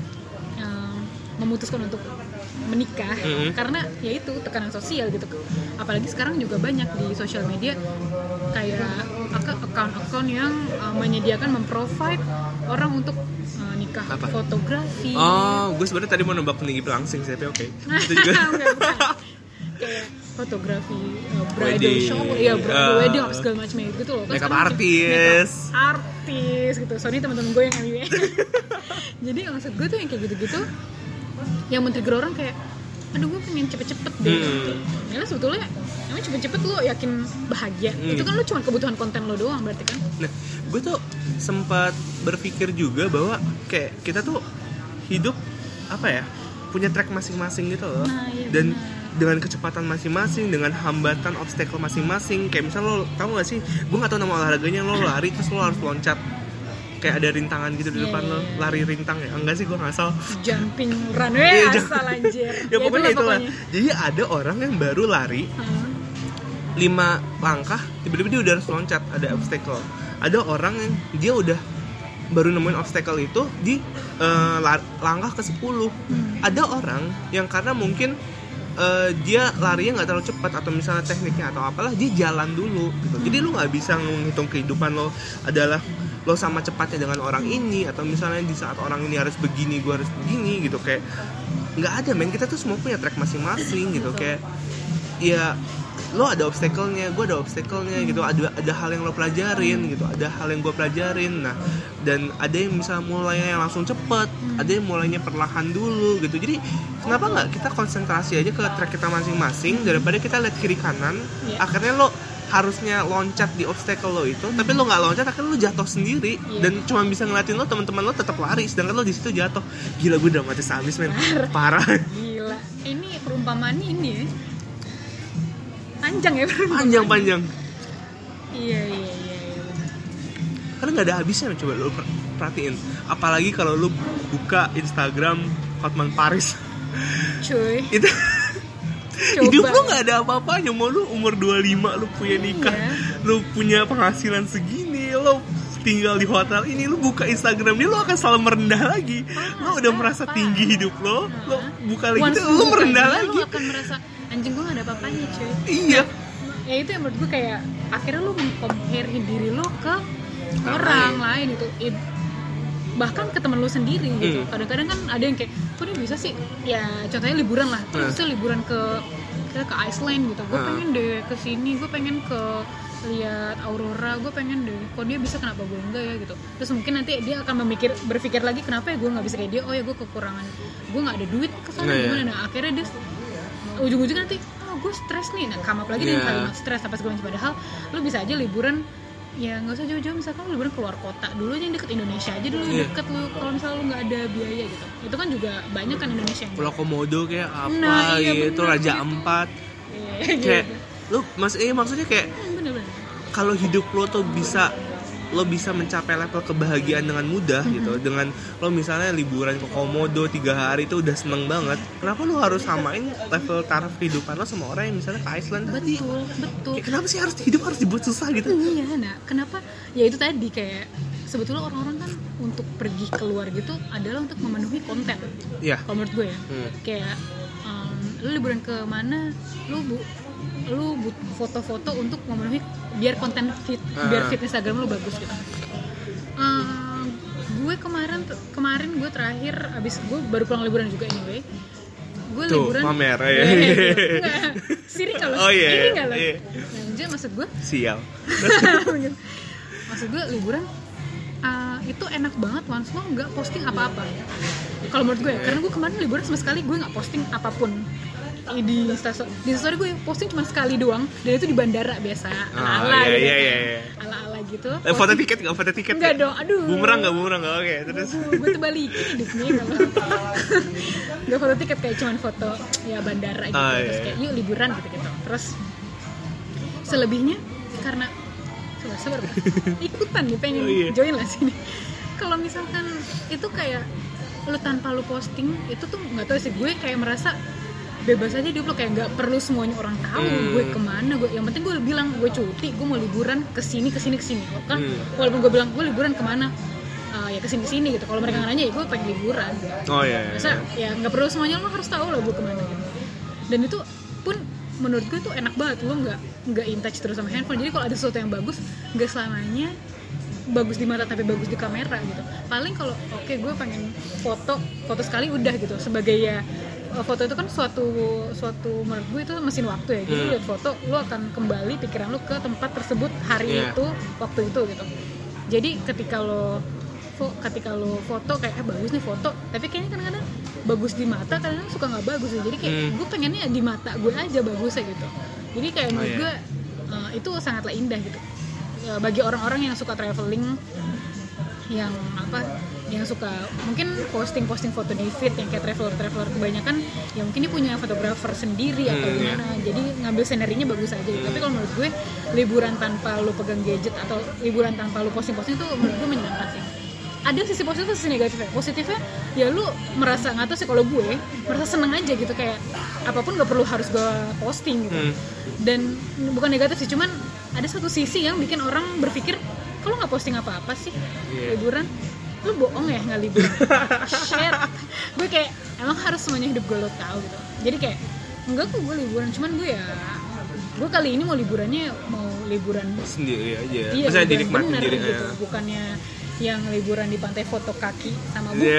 memutuskan untuk menikah karena ya itu tekanan sosial gitu. Apalagi sekarang juga banyak di sosial media kayak account-account yang menyediakan memprovide orang untuk nikah. Apa? Fotografi. Oh, gue sebenarnya tadi mau nembak peninggi langsing sih, tapi oke. Itu juga. Kayak fotografi, bridal shower, ya bridal wedding apa segala macam gitu loh. Makeup artist gitu. Soalnya teman-teman gue yang MBA. Jadi maksud gue tuh yang kayak gitu-gitu yang men-trigger orang kayak aduh gue pengen cepet-cepet deh gitu. Ya sebetulnya emang cepet-cepet lo yakin bahagia itu kan lo cuma kebutuhan konten lo doang berarti kan. Nah gue tuh sempat berpikir juga bahwa kayak kita tuh hidup apa ya, punya track masing-masing gitu loh. Iya, dan dengan kecepatan masing-masing, dengan hambatan obstacle masing-masing. Kayak misal lo tau gak sih, gue gak tau nama olahraganya, lo lari terus lo harus loncat kayak ada rintangan gitu di depan lo, lari rintang ya, enggak sih gue ngasal, jumping runway asal anjir. Ya pokoknya itulah. Jadi ada orang yang baru lari 5 langkah tiba-tiba dia udah harus loncat, ada obstacle. Ada orang yang dia udah baru nemuin obstacle itu di langkah ke 10. Ada orang yang karena mungkin dia larinya nggak terlalu cepat atau misalnya tekniknya atau apalah, dia jalan dulu gitu. Jadi lu nggak bisa menghitung kehidupan lo adalah lo sama cepatnya dengan orang ini, atau misalnya di saat orang ini harus begini gue harus begini gitu. Kayak nggak ada men, kita tuh semua punya track masing-masing gitu. Kayak ya lo ada obstacle-nya, gue ada obstacle-nya gitu. Ada hal yang lo pelajarin gitu, ada hal yang gue pelajarin. Nah, dan ada yang misalnya mulainya yang langsung cepet, ada yang mulainya perlahan dulu gitu. Jadi kenapa nggak kita konsentrasi aja ke track kita masing-masing daripada kita lihat kiri kanan, akhirnya lo harusnya loncat di obstacle lo itu, tapi lo nggak loncat, akhirnya lo jatuh sendiri dan cuma bisa ngeliatin lo teman-teman lo tetap lari, sedangkan lo di situ jatuh. Gila, gue dramatis abis men, parah. Gila, ini perumpamaan ini panjang ya, panjang. Iya. Karena nggak ada habisnya, coba lo perhatiin. Apalagi kalau lo buka Instagram Hotman Paris, cuy. Itu hidup lo gak ada apa-apanya. Mau lo umur 25 lo punya nikah, lo punya penghasilan segini, lo tinggal di hotel ini, lo buka Instagram dia, lo akan selalu merendah lagi. Lo udah merasa tinggi hidup lo buka lagi itu, lo merendah lagi. Lo akan merasa anjing gue gak ada apa-apanya cuy. Iya. Ya itu yang menurut gue kayak akhirnya lo meng-compare diri lo ke orang lain itu. Bahkan ke temen lu sendiri gitu. Kadang-kadang kan ada yang kayak, kok dia bisa sih? Ya contohnya liburan lah, kok bisa liburan ke Iceland gitu. Gue pengen deh ke sini, gue pengen ke lihat aurora, gue pengen deh. Kok dia bisa, kenapa gue enggak ya gitu. Terus mungkin nanti dia akan berpikir lagi, kenapa ya gue nggak bisa kayak dia? Oh ya gue kekurangan, gue nggak ada duit kesana gimana? Nah akhirnya dia ujung-ujungnya nanti, oh gue stres nih. Nah come up lagi dengan kalimat stres apa segala macam. Padahal lu bisa aja liburan ya nggak usah jauh-jauh, misalkan lu liburan keluar kota dulu aja, yang deket Indonesia aja dulu, deket lu, kalau misalnya lu nggak ada biaya gitu, itu kan juga banyak kan Indonesia yang Pulau Komodo kayak apa gitu, Raja Ampat kayak lu maksudnya kayak kalau hidup lo tuh lo bisa mencapai level kebahagiaan dengan mudah gitu, dengan lo misalnya liburan ke Komodo 3 hari itu udah seneng banget. Kenapa lo harus samain level taraf kehidupan lo sama orang yang misalnya ke Iceland tadi? Betul. Kayak kenapa sih hidup harus dibuat susah gitu? Iya, nah kenapa? Ya itu tadi kayak sebetulnya orang-orang kan untuk pergi keluar gitu adalah untuk memenuhi konten. Iya. Kalau menurut gue ya, kayak lo liburan ke mana, lu foto-foto untuk memenuhi biar konten biar fit Instagram lu bagus gitu. Gue kemarin gue terakhir abis gue baru pulang liburan juga anyway. Gue liburan pamer ya. Siri kalau ini enggak lah. Nah, maksud gue sial. Maksud gue liburan itu enak banget once lo nggak posting apa-apa. Kalau menurut gue ya, karena gue kemarin liburan sama sekali gue nggak posting apapun. di story gue posting cuma sekali doang, dan itu di bandara biasa ala-ala gitu ala-ala gitu. Foto tiket enggak dong, aduh bumerang nggak oke terus gue tuh balikin hidupnya kalau nggak foto tiket, kayak cuma foto ya bandara gitu. Terus kayak yuk liburan gitu terus selebihnya karena sabar ikutan nih pengen join lah sini. Kalau misalkan itu kayak lu tanpa lu posting itu tuh nggak tahu sih, gue kayak merasa bebas aja hidup lo, kayak nggak perlu semuanya orang tahu gue kemana. Gue yang penting gue bilang gue cuti, gue mau liburan kesini kan. Walaupun gue bilang gue liburan kemana, ya kesini gitu. Kalau mereka nanya ya gue pengen liburan. Masa ya nggak perlu semuanya lo harus tahu lah gue kemana gitu. Dan itu pun menurut gue tuh enak banget, lo nggak in touch terus sama handphone. Jadi kalau ada sesuatu yang bagus, nggak selamanya bagus di mata tapi bagus di kamera gitu. Paling kalau gue pengen foto sekali udah gitu, sebagai ya foto itu kan suatu menurut gue itu mesin waktu ya. Jadi lihat foto, lo akan kembali pikiran lo ke tempat tersebut hari itu, waktu itu gitu. Jadi ketika lo foto kayak bagus nih foto, tapi kayaknya kadang-kadang bagus di mata, kadang-kadang suka nggak bagus ya. Jadi kayak gue pengennya di mata gue aja bagusnya gitu. Jadi kayak menurut gue itu sangatlah indah gitu. Bagi orang-orang yang suka traveling, yang suka mungkin posting foto di feed yang kayak traveler kebanyakan, ya mungkin dia punya fotografer sendiri atau gimana, jadi ngambil scenerinya bagus aja gitu. Tapi kalau menurut gue liburan tanpa lu pegang gadget atau liburan tanpa lu posting itu menurut gue menyenangkan sih. Ada sisi positif, sisi negatifnya. Positifnya ya lu merasa, nggak tahu sih, kalau gue merasa seneng aja gitu, kayak apapun nggak perlu harus gue posting gitu. Dan bukan negatif sih, cuman ada satu sisi yang bikin orang berpikir kalau nggak posting apa-apa sih liburan, lu bohong ya nggak liburan. Shit, gue kayak emang harus semuanya hidup gue lo tahu gitu. Jadi kayak enggak kok gue liburan, cuman gue kali ini mau liburannya liburan sendiri aja. Iya, maksudnya dinikmatin diri gitu, bukannya yang liburan di pantai foto kaki sama buku.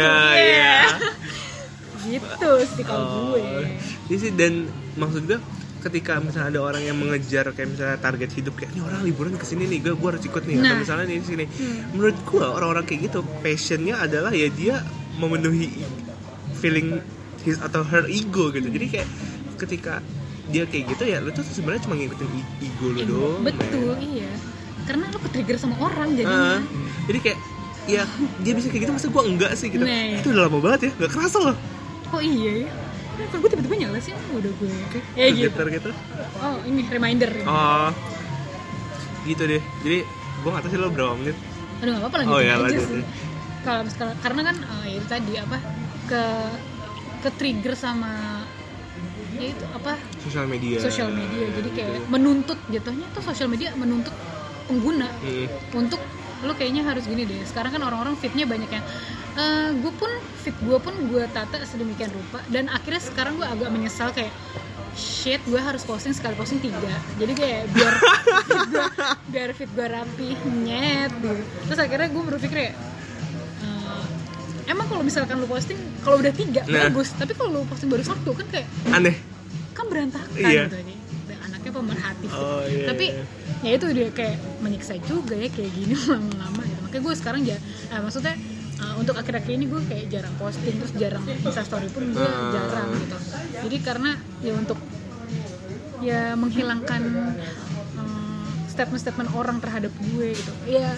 Gitu sih kalau gue. Iya sih, dan maksud gue ketika misalnya ada orang yang mengejar kayak misalnya target hidup, kayak ini orang liburan kesini nih, gue harus ikut nih, atau misalnya di sini. Menurut gue orang-orang kayak gitu passionnya adalah ya dia memenuhi feeling his atau her ego gitu. Jadi kayak ketika dia kayak gitu ya lu tuh sebenarnya cuma ngikutin ego lu doang. Betul, iya. Karena lu ke-trigger sama orang jadinya. Jadi kayak ya dia bisa kayak gitu, masa gue enggak sih gitu. Itu udah lama banget ya, nggak kerasa loh. Oh iya ya. Kalau gue tiba-tiba nyala sih, udah gue gitu. Oh ini reminder. Oh gitu deh. Jadi gue nggak tahu sih lo berapa menit. Aduh nggak apa-apa, lanjutin aja sih. Kalau misalkan karena kan ya itu tadi ke trigger sama ya itu sosial media. Jadi kayak menuntut, jatuhnya tuh sosial media menuntut pengguna untuk lo kayaknya harus gini deh. Sekarang kan orang-orang fitnya banyak yang gue pun gue tata sedemikian rupa, dan akhirnya sekarang gue agak menyesal kayak shit, gue harus posting 3. Jadi kayak biar fit gue rapi nyet gitu. Terus akhirnya gue berpikir ya emang kalau misalkan lu posting kalau udah 3 bagus, tapi kalau lu posting baru 1 kan kayak aneh, kan berantakan gitu aja. Anaknya pemerhati tapi ya itu dia kayak menyiksa juga ya kayak gini lama-lama gitu. Makanya gue sekarang maksudnya untuk akhir-akhir ini gue kayak jarang posting, terus jarang Instastory pun gue jarang gitu. Jadi karena ya untuk ya menghilangkan statement-statement orang terhadap gue gitu. Ya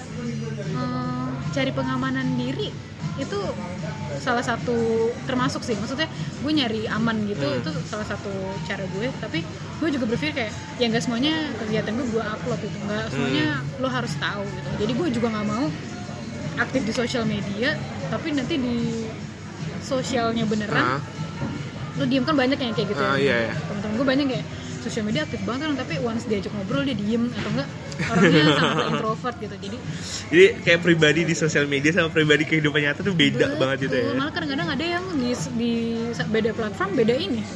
cari pengamanan diri itu salah satu termasuk sih, maksudnya gue nyari aman gitu, itu salah satu cara gue. Tapi gue juga berpikir kayak ya nggak semuanya kegiatan gue upload gitu, nggak semuanya lo harus tahu gitu. Jadi gue juga nggak mau aktif di sosial media tapi nanti di sosialnya beneran lo diem, kan banyak yang kayak gitu teman-teman gue banyak kayak sosial media aktif banget kan, tapi once diajak ngobrol dia diem atau enggak orangnya sangat introvert gitu. Jadi kayak pribadi di sosial media sama pribadi kehidupan nyata tuh beda banget gitu ya. Malah kadang-kadang ada yang di beda platform beda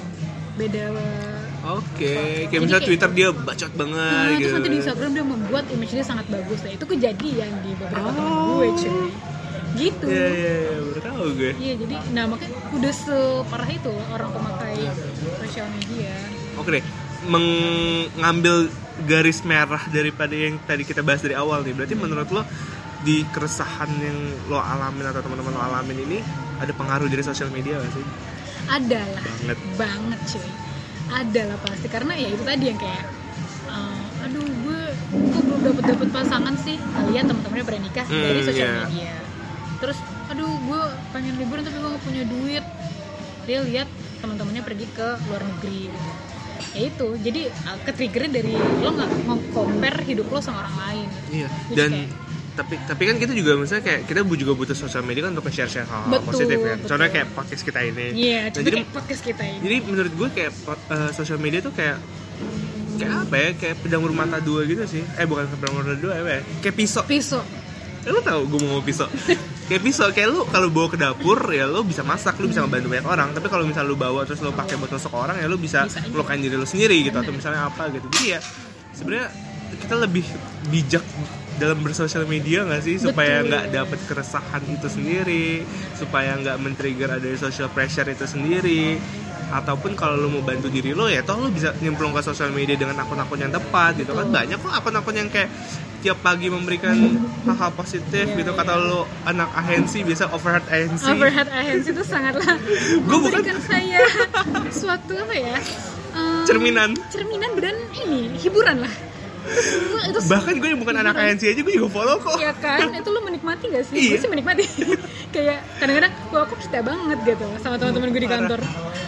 kayak misalnya Twitter dia bacot banget gitu. Terus nanti di Instagram dia membuat image dia sangat bagus. Nah, itu kejadian di beberapa teman gue cuy. Gitu. Iya, baru tahu gue. Iya, jadi makanya udah separah itu orang pemakai sosial media. Oke deh, mengambil garis merah daripada yang tadi kita bahas dari awal nih. Berarti menurut lo di keresahan yang lo alamin atau teman-teman lo alamin ini ada pengaruh dari sosial media gak sih? Ada lah. Banget cuy. ada lah pasti, karena ya itu tadi yang kayak aduh gue kok belum dapet pasangan sih, lihat teman-temannya pada nikah dari sosial media. Terus aduh gue pengen liburan tapi gue gak punya duit, dia lihat teman-temannya pergi ke luar negeri gitu. Ya itu, jadi ke-trigger dari lo nggak mau compare hidup lo sama orang lain. Iya. Dan tapi kan kita juga misalnya kayak kita juga butuh sosial media kan untuk share hal-hal positif ya. Contohnya kayak podcast kita ini. Iya, jadi kayak podcast kita ini. Jadi menurut gue kayak sosial media tuh kayak apa ya? Kayak pedang bermata dua gitu sih. Bukan pedang bermata dua ya. Kayak pisau. Lo tau gue mau pisau? Kayak pisau, kayak lo kalau bawa ke dapur ya lo bisa masak, lo bisa ngebantu banyak orang. Tapi kalau misalnya lo bawa terus lo pakai buat nusuk orang ya lo bisa melukain diri lo sendiri gitu, atau misalnya apa gitu. Jadi ya sebenarnya kita lebih bijak dalam bersosial media nggak sih, supaya nggak dapet keresahan itu sendiri, supaya nggak men-trigger ada social pressure itu sendiri. Ataupun kalau lo mau bantu diri lo ya toh lo bisa nyemplung ke sosial media dengan akun-akun yang tepat gitu kan. Banyak kok akun-akun yang kayak tiap pagi memberikan hal-hal positif gitu. Kata lo anak agensi biasa overhead agensi itu sangatlah memberikan saya suatu apa ya, cerminan dan ini hiburan lah. Itu bahkan gue yang bukan anak agensi aja gue juga follow kok. Iya kan, itu lo menikmati gak sih? Iya. Gue sih menikmati. Kayak kadang-kadang aku setia banget gitu sama teman-teman gue di kantor.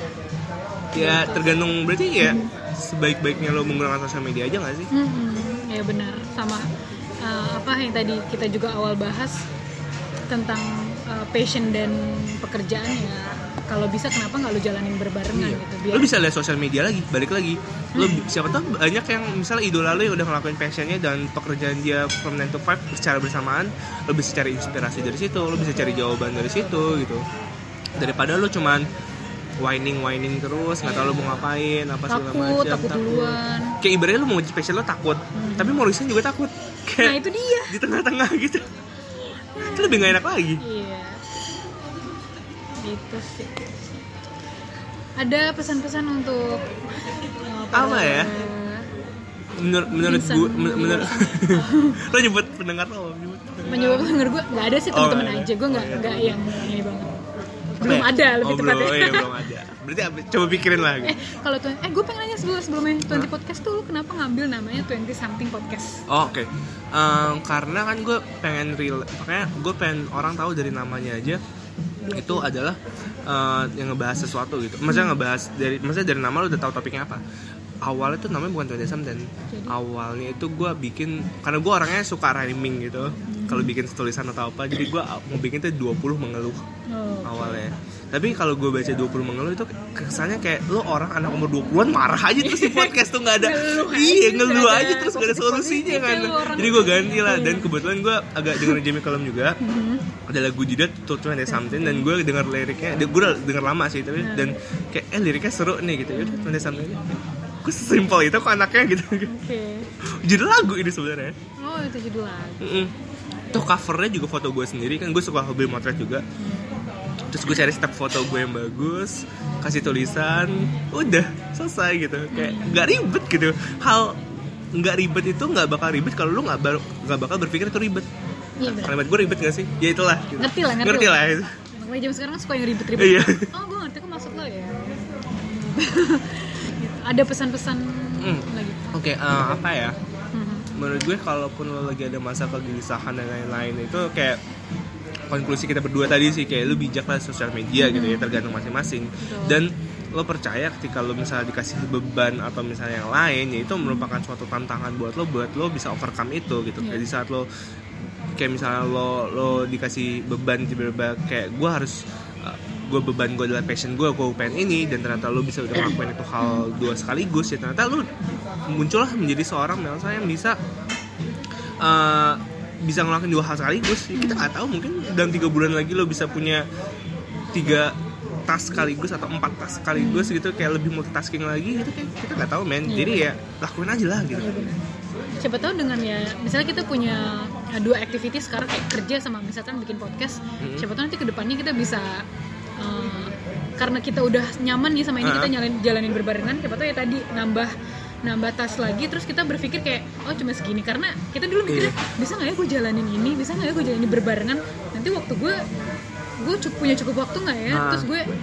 Ya tergantung, berarti ya sebaik-baiknya lo menggunakan sosial media aja gak sih? Ya benar, sama apa yang tadi kita juga awal bahas tentang passion dan pekerjaan ya. Kalau bisa kenapa nggak lo jalanin berbarengan gitu? Biar lo bisa lihat sosial media lagi, balik lagi. Lo siapa tahu banyak yang misalnya idola lo yang udah ngelakuin passionnya dan pekerjaan dia from 9 to 5 secara bersamaan. Lo bisa cari inspirasi dari situ, lo bisa cari jawaban dari situ gitu. Daripada lo cuman whining terus, nggak tahu lo mau ngapain, apa segala macam. Takut duluan. Kayak ibaratnya lo mau nge passion lo takut, tapi mau resign juga takut. Kayak nah itu dia. Di tengah-tengah gitu. Itu lebih nggak enak lagi. Iya. Gitu sih. Ada pesan-pesan untuk apa ya? Menurut gue, lo nyebut pendengar lo, menyebut pendengar gue nggak ada sih, teman-teman aja. Gue nggak yang ini banget. Belum ada lebih tepatnya. Belum ada. Berarti coba pikirin lah. Kalau gue pengen nanya sebelumnya 20 podcast tuh lo kenapa ngambil namanya 20 something podcast? Oke. Karena kan gue pengen makanya gue pengen orang tahu dari namanya aja itu adalah yang ngebahas sesuatu gitu. Maksudnya dari nama lo udah tahu topiknya apa. Awalnya tuh namanya bukan 20 something. Awalnya itu gue bikin karena gue orangnya suka rhyming gitu. Kalau bikin tulisan atau apa, jadi gue mau bikin tuh 20 mengeluh awalnya. Tapi kalau gue baca 20 mengeluh itu kesannya kayak lo orang anak umur 20-an marah aja terus di podcast tuh nggak ada ngeluh aja terus nggak ada solusinya kan. Jadi gue ganti lah, dan kebetulan gue agak dengerin Jimmy Cullum juga. Ada lagu jeda tuh 20 something, dan gue denger liriknya, gue udah denger lama sih tapi dan kayak liriknya seru nih gitu. Yaudah 20 something aja. Gue sesimpel itu kok anaknya gitu. Judul lagu ini sebenarnya. Oh itu judul lagu. Tuh covernya juga foto gue sendiri kan, gue suka hobi motret juga. Terus gue cari step foto gue yang bagus, kasih tulisan, udah selesai gitu. Kayak nggak ribet gitu. Hal nggak ribet itu nggak bakal ribet kalau lu nggak bakal berpikir itu ribet. Iya benar. Ribet gue ribet nggak sih? Ya itulah. Gitu. Ngerti lah. Makanya jam sekarang suka yang ribet-ribet. Iya. Oh gue ngerti kok maksud lo ya. Ada pesan-pesan lagi. Oke, apa ya? Menurut gue kalaupun lo lagi ada masa kegelisahan dan lain-lain itu kayak konklusi kita berdua tadi sih, kayak lo bijak lah sosial media gitu ya, tergantung masing-masing. Dan lo percaya ketika lo misalnya dikasih beban atau misalnya yang lain, ya itu merupakan suatu tantangan buat lo bisa overcome itu gitu. Kayak di saat lo kayak misalnya lo dikasih beban tiba-tiba kayak gue beban gue adalah passion gue pengen ini, dan ternyata lo bisa udah ngelakuin itu hal dua sekaligus, ya ternyata lo muncullah menjadi seorang misalnya yang bisa ngelakuin dua hal sekaligus. Ya, kita nggak tahu, mungkin dalam 3 bulan lagi lo bisa punya 3 tas sekaligus atau 4 tas sekaligus gitu, kayak lebih multitasking lagi gitu, kayak kita nggak tahu men. Jadi ya lakuin aja lah gitu. Siapa tahu dengan ya misalnya kita punya 2 activity sekarang kayak kerja sama misalkan bikin podcast, siapa tahu nanti kedepannya kita bisa karena kita udah nyaman nih sama ini, kita jalanin berbarengan, siapa tahu ya tadi nambah tas lagi, terus kita berpikir kayak oh cuma segini, karena kita dulu mikirnya bisa nggak ya gue jalanin ini, bisa nggak ya gue jalanin berbarengan, nanti waktu gue punya cukup waktu nggak ya, terus gue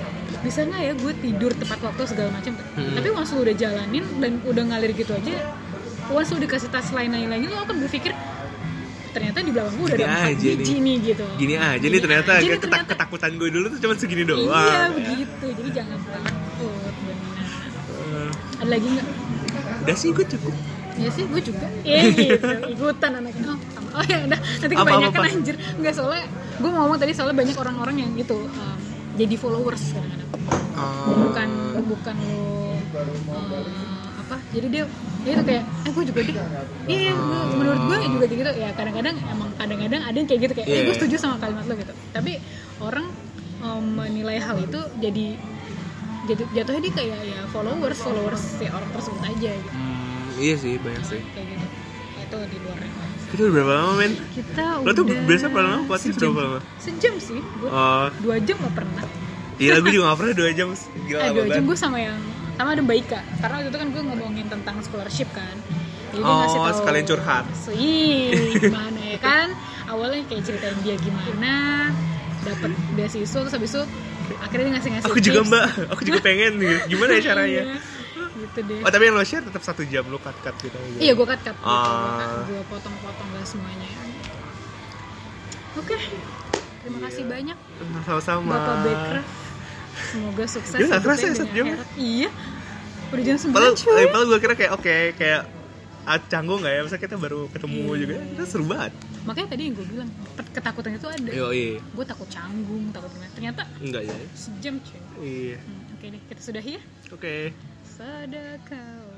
bisa nggak ya gue tidur tepat waktu segala macam. Tapi once lu udah jalanin dan udah ngalir gitu aja, once lu dikasih task lain lagi, lu akan berpikir ternyata di belakang gue udah ada 4 biji nih gitu. Gini aja nih ternyata ketakutan gue dulu tuh cuma segini doang. Iya begitu, jadi jangan takut benar. Ada lagi nggak? Udah sih gue cukup. Ya sih gue juga. Gitu ikutan anaknya. Oh ya udah nanti kebanyakan anjir. Enggak, soalnya gue ngomong tadi soalnya banyak orang-orang yang gitu jadi followers kadang-kadang. Bukan lo apa? Jadi dia itu kayak gue juga deh. Iya, menurut gue juga gitu ya. Kadang-kadang ada yang kayak gitu kayak gue setuju sama kalimat lo gitu. Tapi orang menilai hal itu jadi jatuhnya dia kayak ya followers si orang tersebut aja gitu. Iya sih, banyak sih. Kayak gitu. Itu di luarnya. Kita udah berapa lama, men? Lo tuh biasa berapa lama? Podcast berapa lama? Sejam sih. Gue 2 jam gak pernah. Iya, gue juga gak pernah 2 jam. Gila, 2 jam gue sama ada Mbak Ika. Karena waktu itu kan gue ngomongin tentang scholarship kan. Jadi dia ngasih tahu. Sekalian curhat. Gimana ya kan? Awalnya kayak ceritain dia gimana dapat beasiswa, terus habis itu akhirnya dia ngasih aku juga tips. Mbak, aku juga pengen gitu. Gimana ya caranya? Gitu deh. Oh, tapi yang lo share tetap 1 jam, lo cut gitu aja. Iya, gue cut gitu. Gue potong-potong gak semuanya. Oke. Terima kasih banyak. Sama-sama. Bapak Backcraft. Semoga sukses. Dia gak kerasa ya 1 jam? Iya. Udah jam 9 cuy. Padahal gue kira kayak kayak canggung gak ya? Misalnya kita baru ketemu juga. Itu seru banget. Makanya tadi yang gue bilang ketakutan itu ada. Iya. Gue takut canggung, takut gimana. Ternyata enggak ya. Sejam cuy. Iya. Oke deh, kita sudahi ya. Oke. Sadakah